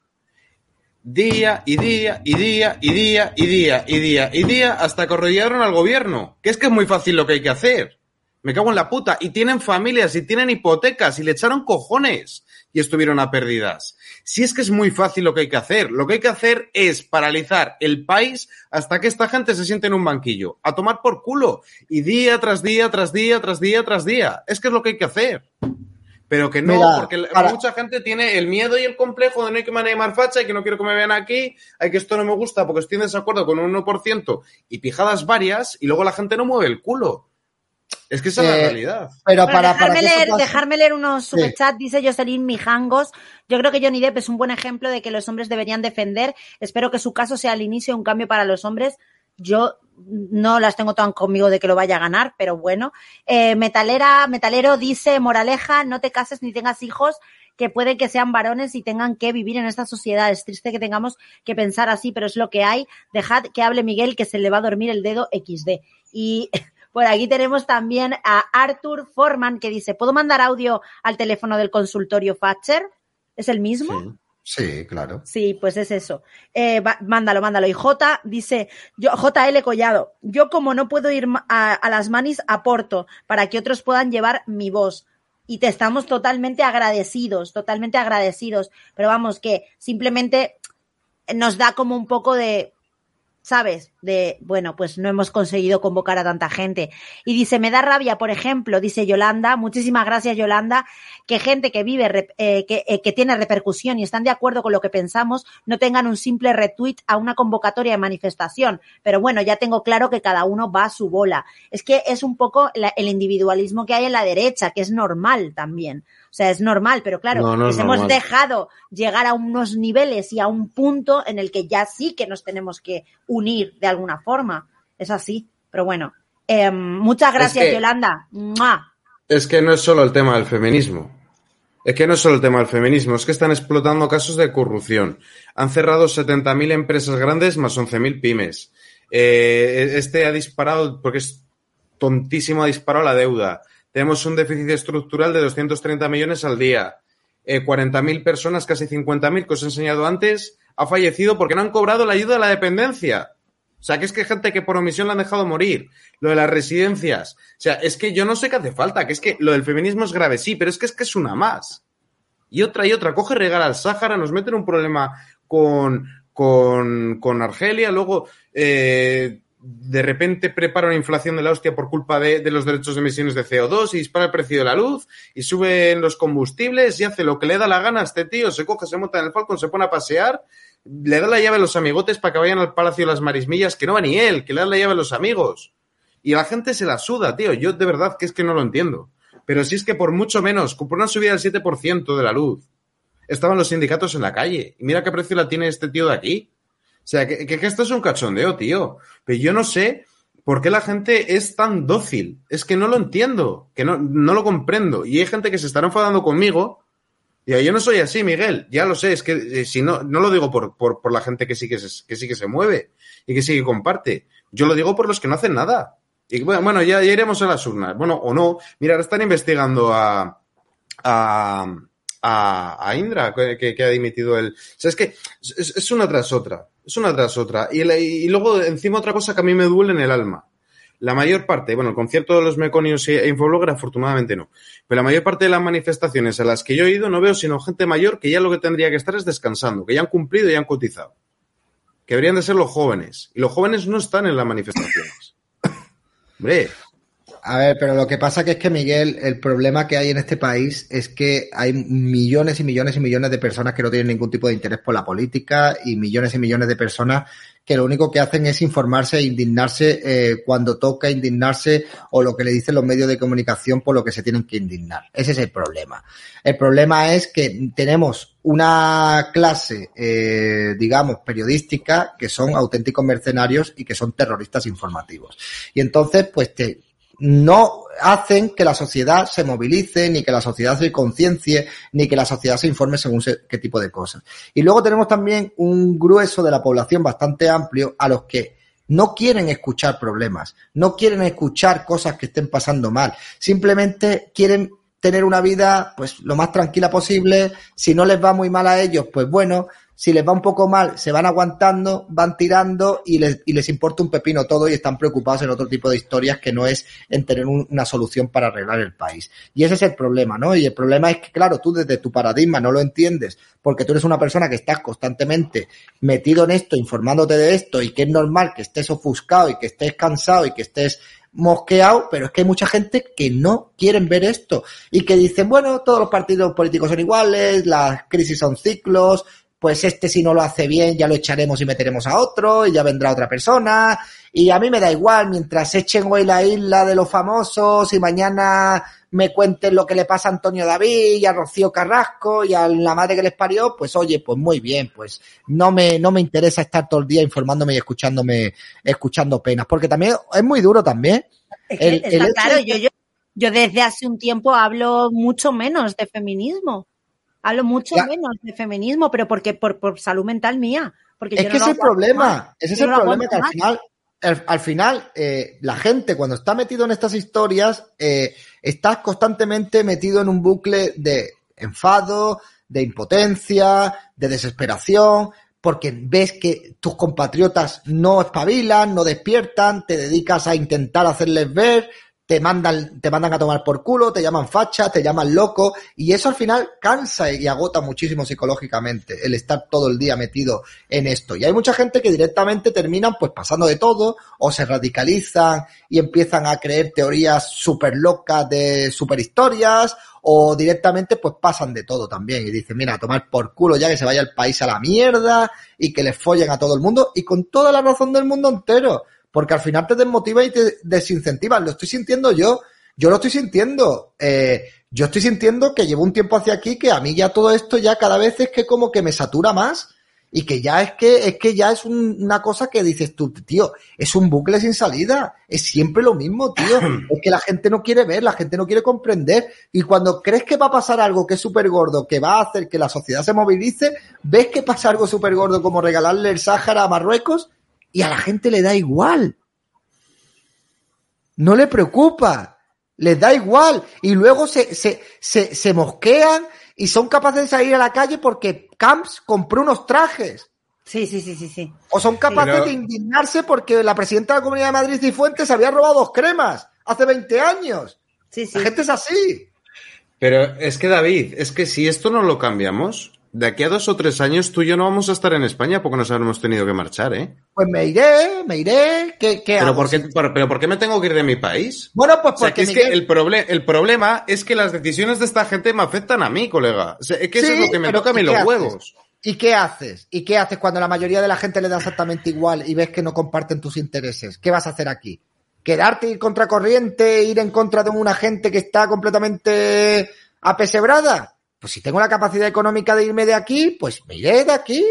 Día y día y día y día y día y día y día hasta que arrodillaron al gobierno. Que es que es muy fácil lo que hay que hacer. Me cago en la puta. Y tienen familias y tienen hipotecas y le echaron cojones y estuvieron a pérdidas. Si es que es muy fácil lo que hay que hacer. Lo que hay que hacer es paralizar el país hasta que esta gente se siente en un banquillo. A tomar por culo. Y día tras día, tras día, tras día, tras día. Es que es lo que hay que hacer. Pero que no, Mira, porque para... mucha gente tiene el miedo y el complejo de no hay que me llamar facha y que no quiero que me vean aquí, hay que esto no me gusta porque estoy en desacuerdo con un uno por ciento y pijadas varias y luego la gente no mueve el culo. Es que esa eh, es la realidad. Pero para, dejarme, para leer, dejarme leer unos superchats, sí. Dice Jocelyn Mijangos. Yo creo que Johnny Depp es un buen ejemplo de que los hombres deberían defender. Espero que su caso sea el inicio de un cambio para los hombres. Yo no las tengo tan conmigo de que lo vaya a ganar, pero bueno. Eh, Metalera, Metalero dice, moraleja, no te cases ni tengas hijos que pueden que sean varones y tengan que vivir en esta sociedad. Es triste que tengamos que pensar así, pero es lo que hay. Dejad que hable Miguel, que se le va a dormir el dedo equis de. Y por aquí tenemos también a Arthur Forman, que dice, ¿puedo mandar audio al teléfono del consultorio Thatcher? ¿Es el mismo? Sí. Sí, claro. Sí, pues es eso. Eh, va, mándalo, mándalo. Y J dice, yo, J L Collado, yo como no puedo ir a, a las manis, aporto para que otros puedan llevar mi voz. Y te estamos totalmente agradecidos, totalmente agradecidos. Pero vamos, que simplemente nos da como un poco de, ¿sabes? de, bueno, pues no hemos conseguido convocar a tanta gente. Y dice, me da rabia, por ejemplo, dice Yolanda, muchísimas gracias Yolanda, que gente que vive, eh, que, eh, que tiene repercusión y están de acuerdo con lo que pensamos, no tengan un simple retweet a una convocatoria de manifestación. Pero bueno, ya tengo claro que cada uno va a su bola. Es que es un poco la, el individualismo que hay en la derecha, que es normal también. O sea, es normal, pero claro, no, no nos es hemos normal. dejado llegar a unos niveles y a un punto en el que ya sí que nos tenemos que unir de alguna forma. Es así. Pero bueno, eh, muchas gracias, es que, Yolanda. ¡Mua! Es que no es solo el tema del feminismo. Es que no es solo el tema del feminismo, es que están explotando casos de corrupción. Han cerrado setenta mil empresas grandes más once mil pymes. Eh, este ha disparado, porque es tontísimo, ha disparado la deuda. Tenemos un déficit estructural de doscientos treinta millones al día. Eh, cuarenta mil personas, casi cincuenta mil, que os he enseñado antes, ha fallecido porque no han cobrado la ayuda a la dependencia. O sea, que es que hay gente que por omisión la han dejado morir. Lo de las residencias. O sea, es que yo no sé qué hace falta, que es que lo del feminismo es grave, sí, pero es que es que es una más. Y otra y otra. Coge regar al Sáhara, nos meten un problema con, con, con Argelia, luego eh, de repente prepara una inflación de la hostia por culpa de, de los derechos de emisiones de C O dos y dispara el precio de la luz y suben los combustibles y hace lo que le da la gana a este tío. Se coge, se monta en el Falcon, se pone a pasear, le da la llave a los amigotes para que vayan al Palacio de las Marismillas, que no va ni él, que le da la llave a los amigos. Y la gente se la suda, tío. Yo de verdad que es que no lo entiendo. Pero si es que por mucho menos, por una subida del siete por ciento de la luz, estaban los sindicatos en la calle. Y mira qué precio la tiene este tío de aquí. O sea, que, que, que esto es un cachondeo, tío. Pero yo no sé por qué la gente es tan dócil. Es que no lo entiendo, que no, no lo comprendo. Y hay gente que se estará enfadando conmigo. Y yo no soy así, Miguel. Ya lo sé. Es que eh, si no, no lo digo por, por, por la gente que sí que, se, que sí que se mueve y que sí que comparte. Yo lo digo por los que no hacen nada. Y bueno, ya, ya iremos a las urnas. Bueno, o no. Mira, ahora están investigando a... a A, a Indra, que, que ha dimitido el... O sea, es que es, es una tras otra, es una tras otra. Y, el, y luego, encima, otra cosa que a mí me duele en el alma. La mayor parte, bueno, el concierto de los Meconios e Infoblogger, afortunadamente no, pero la mayor parte de las manifestaciones a las que yo he ido no veo sino gente mayor que ya lo que tendría que estar es descansando, que ya han cumplido y han cotizado. Que deberían de ser los jóvenes. Y los jóvenes no están en las manifestaciones. Hombre... A ver, pero lo que pasa que es que, Miguel, el problema que hay en este país es que hay millones y millones y millones de personas que no tienen ningún tipo de interés por la política y millones y millones de personas que lo único que hacen es informarse e indignarse eh, cuando toca indignarse o lo que le dicen los medios de comunicación por lo que se tienen que indignar. Ese es el problema. El problema es que tenemos una clase, eh, digamos, periodística que son auténticos mercenarios y que son terroristas informativos. Y entonces, pues te... no hacen que la sociedad se movilice, ni que la sociedad se conciencie, ni que la sociedad se informe según qué tipo de cosas. Y luego tenemos también un grueso de la población bastante amplio a los que no quieren escuchar problemas, no quieren escuchar cosas que estén pasando mal, simplemente quieren tener una vida pues lo más tranquila posible. Si no les va muy mal a ellos, pues bueno, si les va un poco mal, se van aguantando, van tirando y les, y les importa un pepino todo y están preocupados en otro tipo de historias que no es en tener un, una solución para arreglar el país. Y ese es el problema, ¿no? Y el problema es que, claro, tú desde tu paradigma no lo entiendes porque tú eres una persona que estás constantemente metido en esto, informándote de esto y que es normal que estés ofuscado y que estés cansado y que estés mosqueado, pero es que hay mucha gente que no quieren ver esto y que dicen, bueno, todos los partidos políticos son iguales, las crisis son ciclos, pues este si no lo hace bien ya lo echaremos y meteremos a otro y ya vendrá otra persona y a mí me da igual mientras echen hoy la isla de los famosos y mañana me cuenten lo que le pasa a Antonio David y a Rocío Carrasco y a la madre que les parió, pues oye, pues muy bien, pues no me no me interesa estar todo el día informándome y escuchándome escuchando penas, porque también es muy duro también. Es que el, está el claro, de... yo, yo, yo desde hace un tiempo hablo mucho menos de feminismo. Hablo mucho ya. menos de feminismo, pero porque por, por salud mental mía. Porque es yo que no ese es el problema, más. ese es Yo el no problema que al más. final, al, al final eh, la gente cuando está metido en estas historias eh, está constantemente metido en un bucle de enfado, de impotencia, de desesperación, porque ves que tus compatriotas no espabilan, no despiertan, te dedicas a intentar hacerles ver te mandan, te mandan a tomar por culo, te llaman facha, te llaman loco, y eso al final cansa y agota muchísimo psicológicamente el estar todo el día metido en esto. Y hay mucha gente que directamente terminan pues pasando de todo, o se radicalizan y empiezan a creer teorías súper locas de super historias, o directamente pues pasan de todo también y dicen, mira, a tomar por culo ya, que se vaya el país a la mierda y que les follen a todo el mundo, y con toda la razón del mundo entero. Porque al final te desmotiva y te desincentiva. Lo estoy sintiendo yo. Yo lo estoy sintiendo. Eh, yo estoy sintiendo que llevo un tiempo hacia aquí que a mí ya todo esto ya cada vez es que como que me satura más y que ya es que es que ya es un, una cosa que dices tú, tío, es un bucle sin salida. Es siempre lo mismo, tío. Es que la gente no quiere ver, la gente no quiere comprender. Y cuando crees que va a pasar algo que es súper gordo, que va a hacer que la sociedad se movilice, ves que pasa algo súper gordo como regalarle el Sáhara a Marruecos, y a la gente le da igual. No le preocupa. Les da igual. Y luego se, se, se, se mosquean y son capaces de salir a la calle porque Camps compró unos trajes. Sí, sí, sí, sí, sí. O son capaces Pero... de indignarse porque la presidenta de la Comunidad de Madrid, Cifuentes, había robado dos cremas hace veinte años. Sí, sí. La gente es así. Pero es que, David, es que si esto no lo cambiamos, de aquí a dos o tres años tú y yo no vamos a estar en España porque nos habremos tenido que marchar, ¿eh? Pues me iré, me iré. ¿Qué, qué ¿Pero hago? por qué, pero, pero ¿por qué me tengo que ir de mi país? Bueno, pues O sea, porque que es Miguel... que el, proble- el problema es que las decisiones de esta gente me afectan a mí, colega. O sea, es que Sí, eso es lo que me pero toca a mí ¿y los qué haces? huevos. ¿Y qué haces? ¿Y qué haces cuando la mayoría de la gente le da exactamente igual y ves que no comparten tus intereses? ¿Qué vas a hacer aquí? ¿Quedarte, ir contracorriente, ir en contra de una gente que está completamente apesebrada? Pues si tengo la capacidad económica de irme de aquí, pues me iré de aquí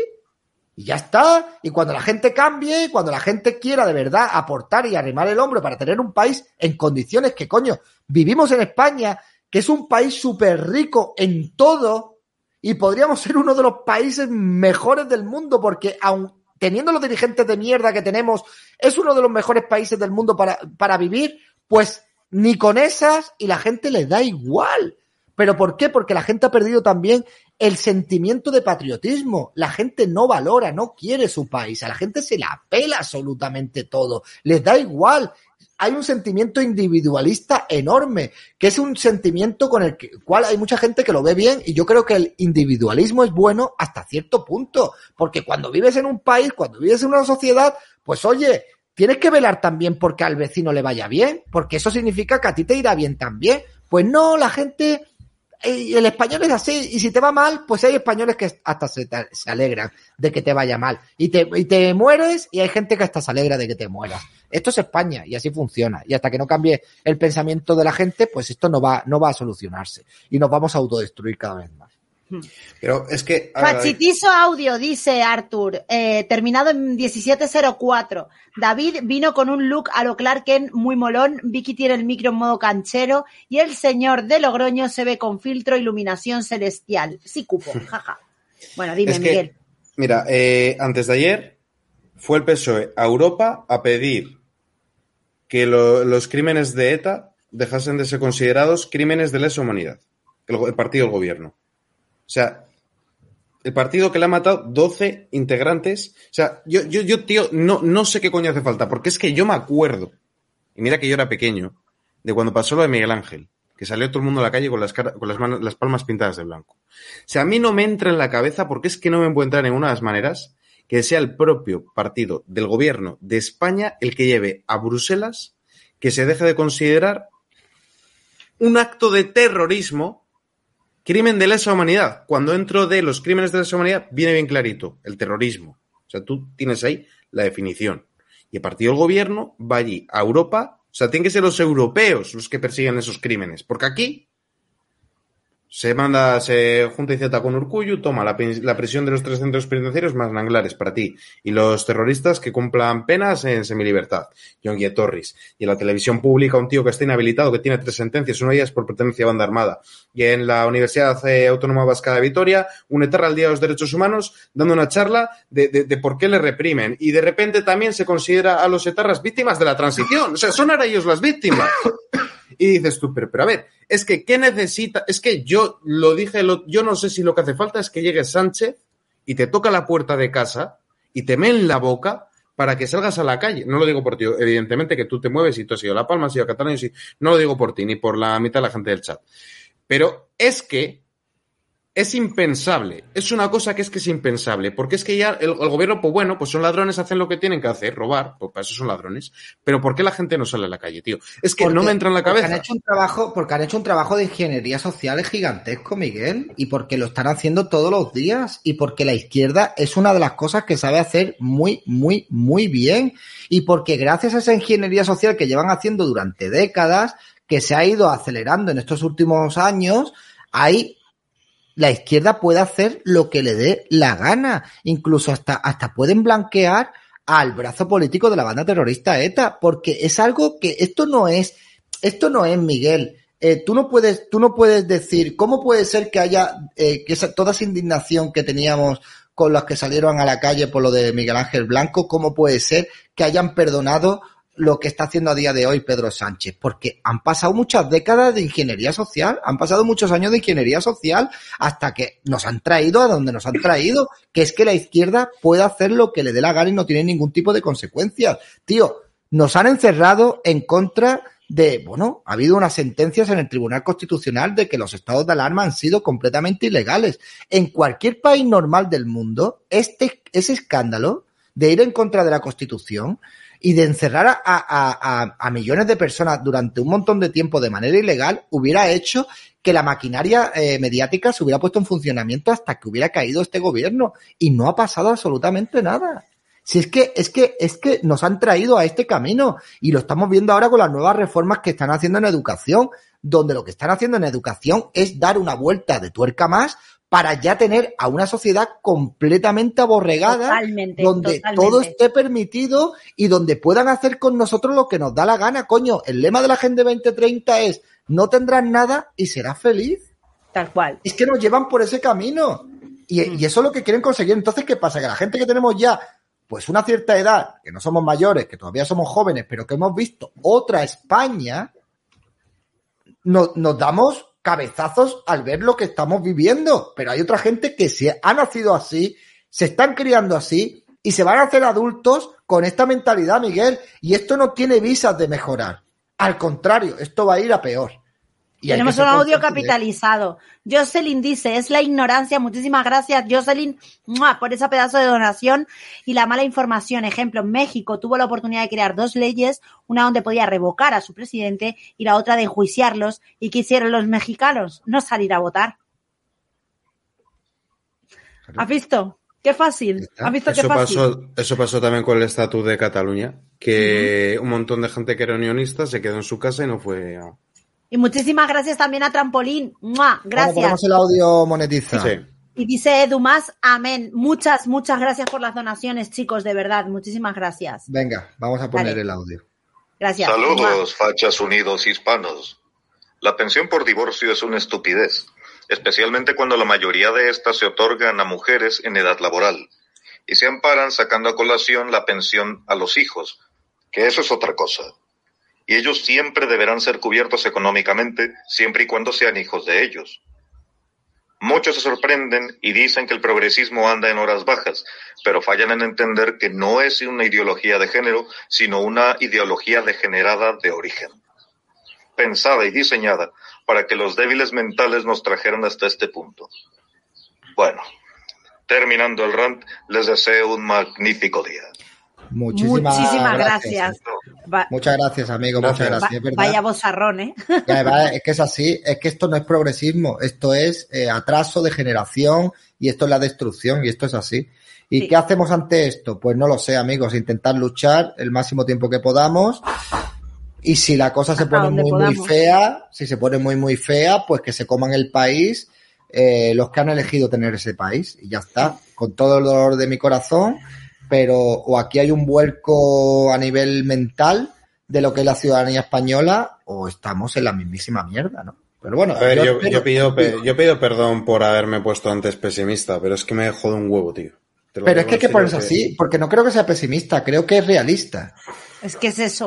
y ya está. Y cuando la gente cambie, cuando la gente quiera de verdad aportar y arrimar el hombro para tener un país en condiciones que, coño, vivimos en España, que es un país súper rico en todo, y podríamos ser uno de los países mejores del mundo, porque aun teniendo los dirigentes de mierda que tenemos, es uno de los mejores países del mundo para, para vivir, pues ni con esas, y la gente le da igual. ¿Pero por qué? Porque la gente ha perdido también el sentimiento de patriotismo. La gente no valora, no quiere su país. A la gente se la pela absolutamente todo. Les da igual. Hay un sentimiento individualista enorme, que es un sentimiento con el que, cual hay mucha gente que lo ve bien, y yo creo que el individualismo es bueno hasta cierto punto. Porque cuando vives en un país, cuando vives en una sociedad, pues oye, tienes que velar también porque al vecino le vaya bien, porque eso significa que a ti te irá bien también. Pues no, la gente... El español es así, y si te va mal, pues hay españoles que hasta se, te, se alegran de que te vaya mal. Y te, y te mueres, y hay gente que hasta se alegra de que te mueras. Esto es España, y así funciona. Y hasta que no cambie el pensamiento de la gente, pues esto no va, no va a solucionarse. Y nos vamos a autodestruir cada vez más. Pero es que... Fachitizo audio, dice Arthur, eh, terminado en diecisiete cero cuatro. David vino con un look a lo Clark Kent muy molón, Vicky tiene el micro en modo canchero y el señor de Logroño se ve con filtro iluminación celestial. Sí, cupo, jaja. Bueno, dime, es que, Miguel. Mira, eh, antes de ayer fue el P S O E a Europa a pedir que lo, los crímenes de ETA dejasen de ser considerados crímenes de lesa humanidad. El, el partido del gobierno. O sea, el partido que le ha matado doce integrantes. O sea, yo, yo, yo tío, no, no sé qué coño hace falta, porque es que yo me acuerdo, y mira que yo era pequeño, de cuando pasó lo de Miguel Ángel, que salió todo el mundo a la calle con las, cara, con las, manos, las palmas pintadas de blanco. O sea, a mí no me entra en la cabeza, porque es que no me puede entrar en una de las maneras, que sea el propio partido del gobierno de España el que lleve a Bruselas que se deje de considerar un acto de terrorismo crimen de lesa humanidad. Cuando dentro de los crímenes de lesa humanidad viene bien clarito el terrorismo. O sea, tú tienes ahí la definición. Y el partido del gobierno va allí a Europa. O sea, tienen que ser los europeos los que persiguen esos crímenes. Porque aquí se manda, se junta y zeta con Urkullu, toma la, la prisión de los tres centros penitenciarios más nanglares para ti. Y los terroristas que cumplan penas en semilibertad. John Guy Torres. Y en la televisión pública un tío que está inhabilitado, que tiene tres sentencias, una de ellas por pertenencia a banda armada. Y en la Universidad Autónoma Vasca de Vitoria, un etarra al Día de los Derechos Humanos, dando una charla de, de, de por qué le reprimen. Y de repente también se considera a los etarras víctimas de la transición. O sea, son ahora ellos las víctimas. Y dices tú, pero, pero a ver, es que ¿qué necesita? Es que yo lo dije, lo, yo no sé si lo que hace falta es que llegue Sánchez y te toca la puerta de casa y te mee en la boca para que salgas a la calle. No lo digo por ti, evidentemente que tú te mueves y tú has ido a La Palma, has ido a Cataluña, sí. No lo digo por ti, ni por la mitad de la gente del chat. Pero es que es impensable. Es una cosa que es que es impensable. Porque es que ya el, el gobierno, pues bueno, pues son ladrones, hacen lo que tienen que hacer, robar. Pues para eso son ladrones. Pero ¿por qué la gente no sale a la calle, tío? Es que porque, no me entra en la cabeza. Porque han hecho un trabajo, porque han hecho un trabajo de ingeniería social gigantesco, Miguel. Y porque lo están haciendo todos los días. Y porque la izquierda es una de las cosas que sabe hacer muy, muy, muy bien. Y porque gracias a esa ingeniería social que llevan haciendo durante décadas, que se ha ido acelerando en estos últimos años, hay... la izquierda puede hacer lo que le dé la gana. Incluso hasta, hasta pueden blanquear al brazo político de la banda terrorista ETA, porque es algo que esto no es, esto no es, Miguel. Eh, tú no puedes, tú no puedes decir, ¿cómo puede ser que haya, eh, que esa, toda esa indignación que teníamos con los que salieron a la calle por lo de Miguel Ángel Blanco, cómo puede ser que hayan perdonado lo que está haciendo a día de hoy Pedro Sánchez? Porque han pasado muchas décadas de ingeniería social, han pasado muchos años de ingeniería social hasta que nos han traído a donde nos han traído, que es que la izquierda puede hacer lo que le dé la gana y no tiene ningún tipo de consecuencias. Tío, nos han encerrado en contra de, bueno, ha habido unas sentencias en el Tribunal Constitucional de que los estados de alarma han sido completamente ilegales. En cualquier país normal del mundo, este, ese escándalo de ir en contra de la Constitución y de encerrar a, a, a, a millones de personas durante un montón de tiempo de manera ilegal hubiera hecho que la maquinaria eh, mediática se hubiera puesto en funcionamiento hasta que hubiera caído este gobierno. Y no ha pasado absolutamente nada. Si es que, es que, es que nos han traído a este camino y lo estamos viendo ahora con las nuevas reformas que están haciendo en educación, donde lo que están haciendo en educación es dar una vuelta de tuerca más para ya tener a una sociedad completamente aborregada, totalmente, donde totalmente. Todo esté permitido y donde puedan hacer con nosotros lo que nos da la gana. Coño, el lema de la Agenda veinte treinta es: no tendrás nada y serás feliz. Tal cual. Es que nos llevan por ese camino. Y, mm. y eso es lo que quieren conseguir. Entonces, ¿qué pasa? Que la gente que tenemos ya, pues una cierta edad, que no somos mayores, que todavía somos jóvenes, pero que hemos visto otra España, no, nos damos cabezazos al ver lo que estamos viviendo. Pero hay otra gente que se ha nacido así, se están criando así y se van a hacer adultos con esta mentalidad, Miguel. Y esto no tiene visas de mejorar. Al contrario, esto va a ir a peor. Y tenemos un audio capitalizado. Jocelyn dice, es la ignorancia. Muchísimas gracias, Jocelyn, ¡mua!, por ese pedazo de donación y la mala información. Ejemplo, México tuvo la oportunidad de crear dos leyes, una donde podía revocar a su presidente y la otra de enjuiciarlos. ¿Y qué hicieron los mexicanos? No salir a votar. ¿Has visto? Qué fácil. ¿Has visto eso qué fácil? Pasó, eso pasó también con el Estatuto de Cataluña, que uh-huh. un montón de gente que era unionista se quedó en su casa y no fue a... Y muchísimas gracias también a Trampolín. ¡Mua! Gracias. Bueno, ponemos el audio monetizado. Sí. Y dice Edu más, amén. Muchas, muchas gracias por las donaciones, chicos, de verdad. Muchísimas gracias. Venga, vamos a poner Dale. el audio. Gracias. Saludos, fachas unidos hispanos. La pensión por divorcio es una estupidez, especialmente cuando la mayoría de estas se otorgan a mujeres en edad laboral y se amparan sacando a colación la pensión a los hijos, que eso es otra cosa. Y ellos siempre deberán ser cubiertos económicamente, siempre y cuando sean hijos de ellos. Muchos se sorprenden y dicen que el progresismo anda en horas bajas, pero fallan en entender que no es una ideología de género, sino una ideología degenerada de origen, pensada y diseñada para que los débiles mentales nos trajeran hasta este punto. Bueno, terminando el rant, les deseo un magnífico día. Muchísimas, Muchísimas gracias. gracias. Muchas gracias, amigo. Muchas gracias. Va, vaya bozarrón, ¿eh? Es que es así. Es que esto no es progresismo. Esto es eh, atraso de generación y esto es la destrucción y esto es así. ¿Y sí. qué hacemos ante esto? Pues no lo sé, amigos. Intentar luchar el máximo tiempo que podamos. Y si la cosa se pone muy, podamos. muy fea, si se pone muy, muy fea, pues que se coman el país eh, los que han elegido tener ese país. Y ya está. Con todo el dolor de mi corazón. Pero o aquí hay un vuelco a nivel mental de lo que es la ciudadanía española o estamos en la mismísima mierda, ¿no? Pero bueno, a ver, yo, yo, yo, pido, yo pido perdón por haberme puesto antes pesimista, pero es que me jode un huevo, tío. Pero es que hay que ponerse que... así, porque no creo que sea pesimista, creo que es realista. Es que es eso.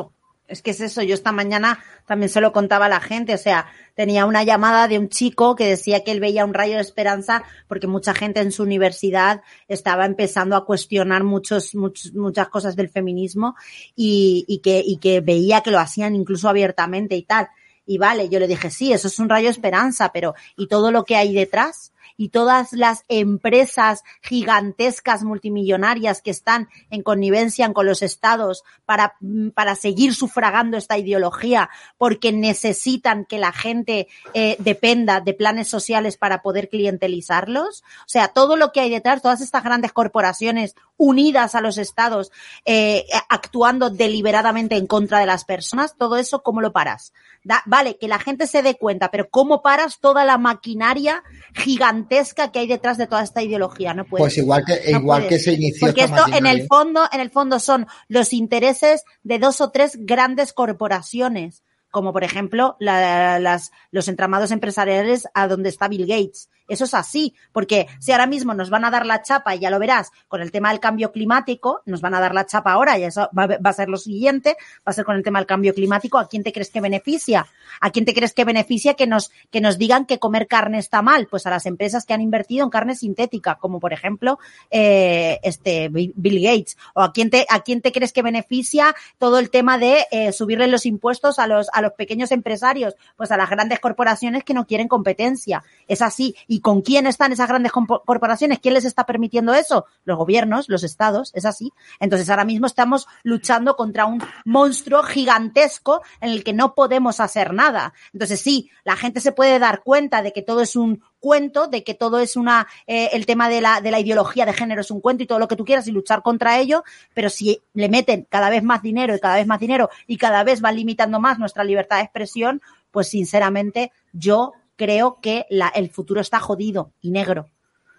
Es que es eso, yo esta mañana también se lo contaba a la gente, o sea, tenía una llamada de un chico que decía que él veía un rayo de esperanza porque mucha gente en su universidad estaba empezando a cuestionar muchos, muchos muchas cosas del feminismo y, y que, y que veía que lo hacían incluso abiertamente y tal. Y vale, yo le dije, sí, eso es un rayo de esperanza, pero ¿y todo lo que hay detrás? Y todas las empresas gigantescas multimillonarias que están en connivencia con los estados para, para seguir sufragando esta ideología porque necesitan que la gente eh, dependa de planes sociales para poder clientelizarlos. O sea, todo lo que hay detrás, todas estas grandes corporaciones unidas a los estados, eh, actuando deliberadamente en contra de las personas, todo eso, ¿cómo lo paras? Da, vale, que la gente se dé cuenta, pero ¿cómo paras toda la maquinaria gigantesca que hay detrás de toda esta ideología? No puedes. Pues igual que, no igual puedes. que se inició. Porque esto en el fondo, en el fondo son los intereses de dos o tres grandes corporaciones, como por ejemplo la, las, los entramados empresariales a donde está Bill Gates. Eso es así, porque si ahora mismo nos van a dar la chapa, y ya lo verás, con el tema del cambio climático, nos van a dar la chapa ahora y eso va, va a ser lo siguiente, va a ser con el tema del cambio climático. ¿A quién te crees que beneficia? ¿A quién te crees que beneficia que nos, que nos digan que comer carne está mal? Pues a las empresas que han invertido en carne sintética, como por ejemplo, eh, este, Bill Gates. ¿O a quién te, a quién te crees que beneficia todo el tema de eh, subirle los impuestos a los, a los pequeños empresarios? Pues a las grandes corporaciones que no quieren competencia. Es así. ¿Y con quién están esas grandes corporaciones? ¿Quién les está permitiendo eso? Los gobiernos, los estados, es así. Entonces ahora mismo estamos luchando contra un monstruo gigantesco en el que no podemos hacer nada. Entonces sí, la gente se puede dar cuenta de que todo es un cuento, de que todo es una, eh, el tema de la, de la ideología de género es un cuento y todo lo que tú quieras y luchar contra ello, pero si le meten cada vez más dinero y cada vez más dinero y cada vez van limitando más nuestra libertad de expresión, pues sinceramente yo creo que la, el futuro está jodido y negro.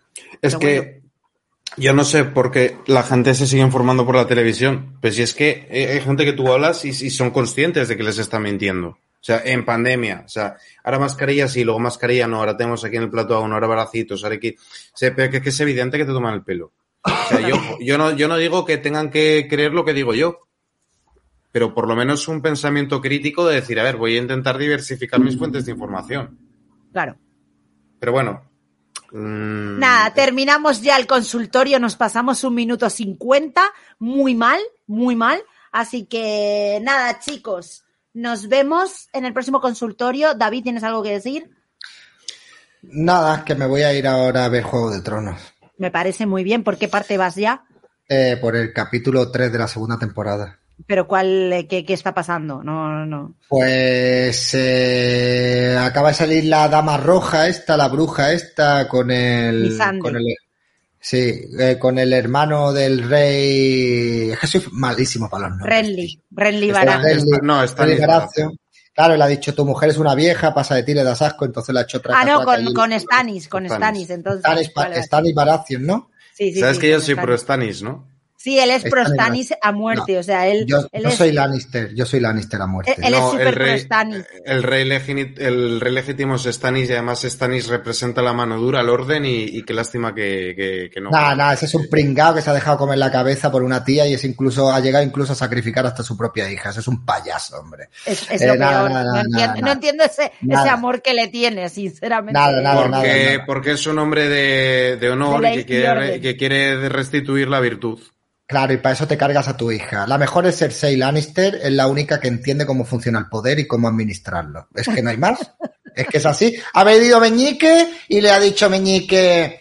Es Pero que bueno. Yo no sé por qué la gente se sigue informando por la televisión. Pues si es que hay gente que tú hablas y, y son conscientes de que les está mintiendo. O sea, en pandemia. O sea, ahora mascarilla sí, luego mascarilla no. Ahora tenemos aquí en el plato aún, ahora bracitos, ahora aquí. O sea, pero que, que es evidente que te toman el pelo. O sea, yo, yo, no, yo no digo que tengan que creer lo que digo yo. Pero por lo menos un pensamiento crítico de decir, a ver, voy a intentar diversificar mis fuentes de información. Claro. Pero bueno. Mmm... Nada, terminamos ya el consultorio, nos pasamos un minuto cincuenta, muy mal, muy mal. Así que nada, chicos, nos vemos en el próximo consultorio. David, ¿tienes algo que decir? Nada, que me voy a ir ahora a ver Juego de Tronos. Me parece muy bien. ¿Por qué parte vas ya? Eh, por el capítulo tres de la segunda temporada. ¿Pero cuál, qué, qué está pasando? No, no. Pues eh, acaba de salir la dama roja esta, la bruja esta, con el... con el sí, eh, con el hermano del rey... Es que soy malísimo para los nombres. Renly, Renly Baratheon. No, está Renly Baratheon. Claro, le ha dicho, tu mujer es una vieja, pasa de ti, le das asco, entonces la ha hecho otra. Ah, no, con, con Stannis, con Stannis, entonces. Stannis, vale, Stannis Baratheon, ¿no? Sí, sí, Sabes sí, que yo soy pro Stannis, ¿no? Sí, él es pro Stannis a muerte, no, o sea, él... Yo, él yo es, soy Lannister, yo soy Lannister a muerte. Él, él no, es súper pro Stannis. El rey, legítimo, el rey legítimo es Stannis y además Stannis representa la mano dura, el orden y, y qué lástima que, que, que no... Nada, nada, ese es un pringao que se ha dejado comer la cabeza por una tía y es incluso ha llegado incluso a sacrificar hasta su propia hija. Ese es un payaso, hombre. Es, es eh, lo nada, peor. Nada, no, nada, entiendo, nada, no entiendo ese, ese amor que le tiene, sinceramente. Nada, nada, porque, nada, nada. Porque es un hombre de, de honor de y que quiere, que quiere restituir la virtud. Claro, y para eso te cargas a tu hija. La mejor es Cersei Lannister, es la única que entiende cómo funciona el poder y cómo administrarlo. Es que no hay más. Es que es así. Ha venido Meñique y le ha dicho Meñique,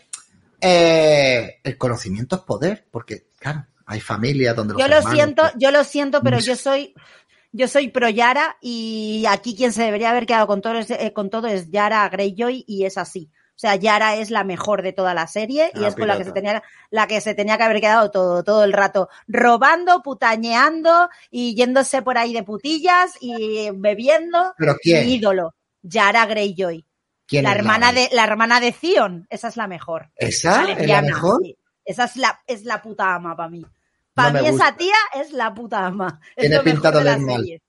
eh, el conocimiento es poder, porque, claro, hay familias donde los Yo lo hermanos, siento, pues... yo lo siento, pero yo soy... Yo soy pro Yara y aquí quien se debería haber quedado con todo es, eh, con todo es Yara Greyjoy y es así. O sea, Yara es la mejor de toda la serie y ah, es con la que se tenía la que se tenía que haber quedado todo, todo el rato robando, putañeando y yéndose por ahí de putillas y bebiendo. ¿Pero quién? Mi ídolo, Yara Greyjoy. ¿Quién la es hermana la de la hermana de Theon, esa es la mejor. ¿Esa la es la mejor? Sí. Esa es la es la puta ama para mí. Para no mí esa tía es la puta ama. Tiene pinta de oler mal.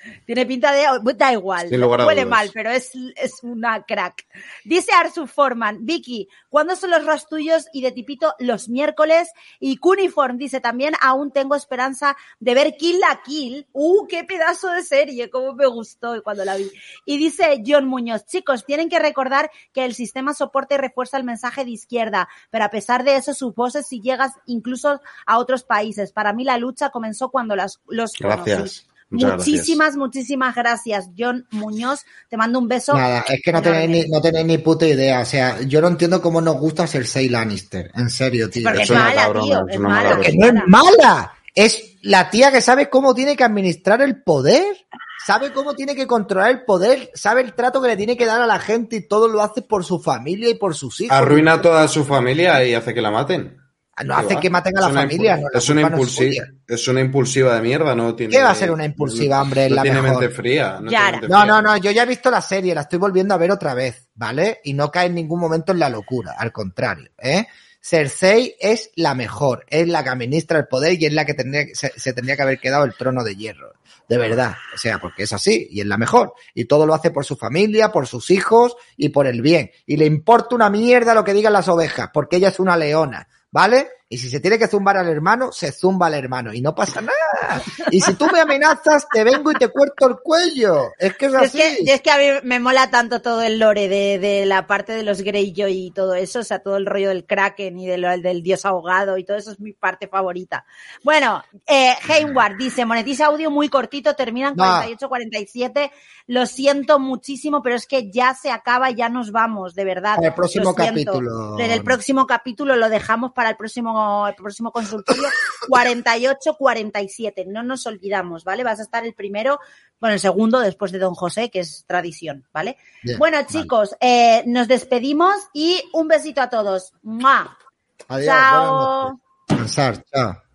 Tiene pinta de... Da igual, huele mal, pero es, es una crack. Dice Arsu Forman, Vicky, ¿cuándo son los rastullos y de tipito los miércoles? Y Cuniform dice también, aún tengo esperanza de ver Kill la Kill. ¡Uh, qué pedazo de serie! Cómo me gustó cuando la vi. Y dice John Muñoz, chicos, tienen que recordar que el sistema soporta y refuerza el mensaje de izquierda, pero a pesar de eso, sus voces si llegas incluso a otros países. Para mí la lucha comenzó cuando las, los Gracias. conocí. Muchas muchísimas, gracias. muchísimas gracias, John Muñoz. Te mando un beso. Nada, es que no tenéis, ni, no tenéis ni puta idea. O sea, yo no entiendo cómo nos gusta Cersei Lannister. En serio, tío. Porque es es mala, cabrona, tío. Es, es mala. Porque no es mala. Es la tía que sabe cómo tiene que administrar el poder. Sabe cómo tiene que controlar el poder. Sabe el trato que le tiene que dar a la gente y todo lo hace por su familia y por sus hijos. Arruina a toda su familia y hace que la maten. No hace va? que maten a la familia. No, la es, una impulsiva, no es, es una impulsiva de mierda, ¿no? Tiene, ¿Qué va a ser una impulsiva, hombre? No, no la tiene mejor. mente fría. No, ya, mente no, fría. no, no, yo ya he visto la serie, la estoy volviendo a ver otra vez, ¿vale? Y no cae en ningún momento en la locura, al contrario, ¿eh? Cersei es la mejor, es la que administra el poder y es la que tendría, se, se tendría que haber quedado el trono de hierro. De verdad, o sea, porque es así y es la mejor. Y todo lo hace por su familia, por sus hijos y por el bien. Y le importa una mierda lo que digan las ovejas, porque ella es una leona, ¿vale? Y si se tiene que zumbar al hermano, se zumba al hermano y no pasa nada. Y si tú me amenazas, te vengo y te corto el cuello. Es que es así. Es que, es que a mí me mola tanto todo el lore de, de la parte de los Greyjoy y todo eso, o sea, todo el rollo del Kraken y de lo, del dios ahogado y todo eso es mi parte favorita. Bueno, eh, Hayward dice, monetiza audio muy cortito, termina en cuarenta y ocho cuarenta y siete. Lo siento muchísimo, pero es que ya se acaba, ya nos vamos, de verdad. En el próximo capítulo. En el próximo capítulo lo dejamos para el próximo el próximo consultorio cuarenta y ocho cuarenta y siete, no nos olvidamos, ¿vale? Vas a estar el primero, bueno, el segundo después de Don José, que es tradición, ¿vale? Bien, bueno, chicos, vale. eh, nos despedimos y un besito a todos. ¡Mua! Adiós, chao. Descansar, chao.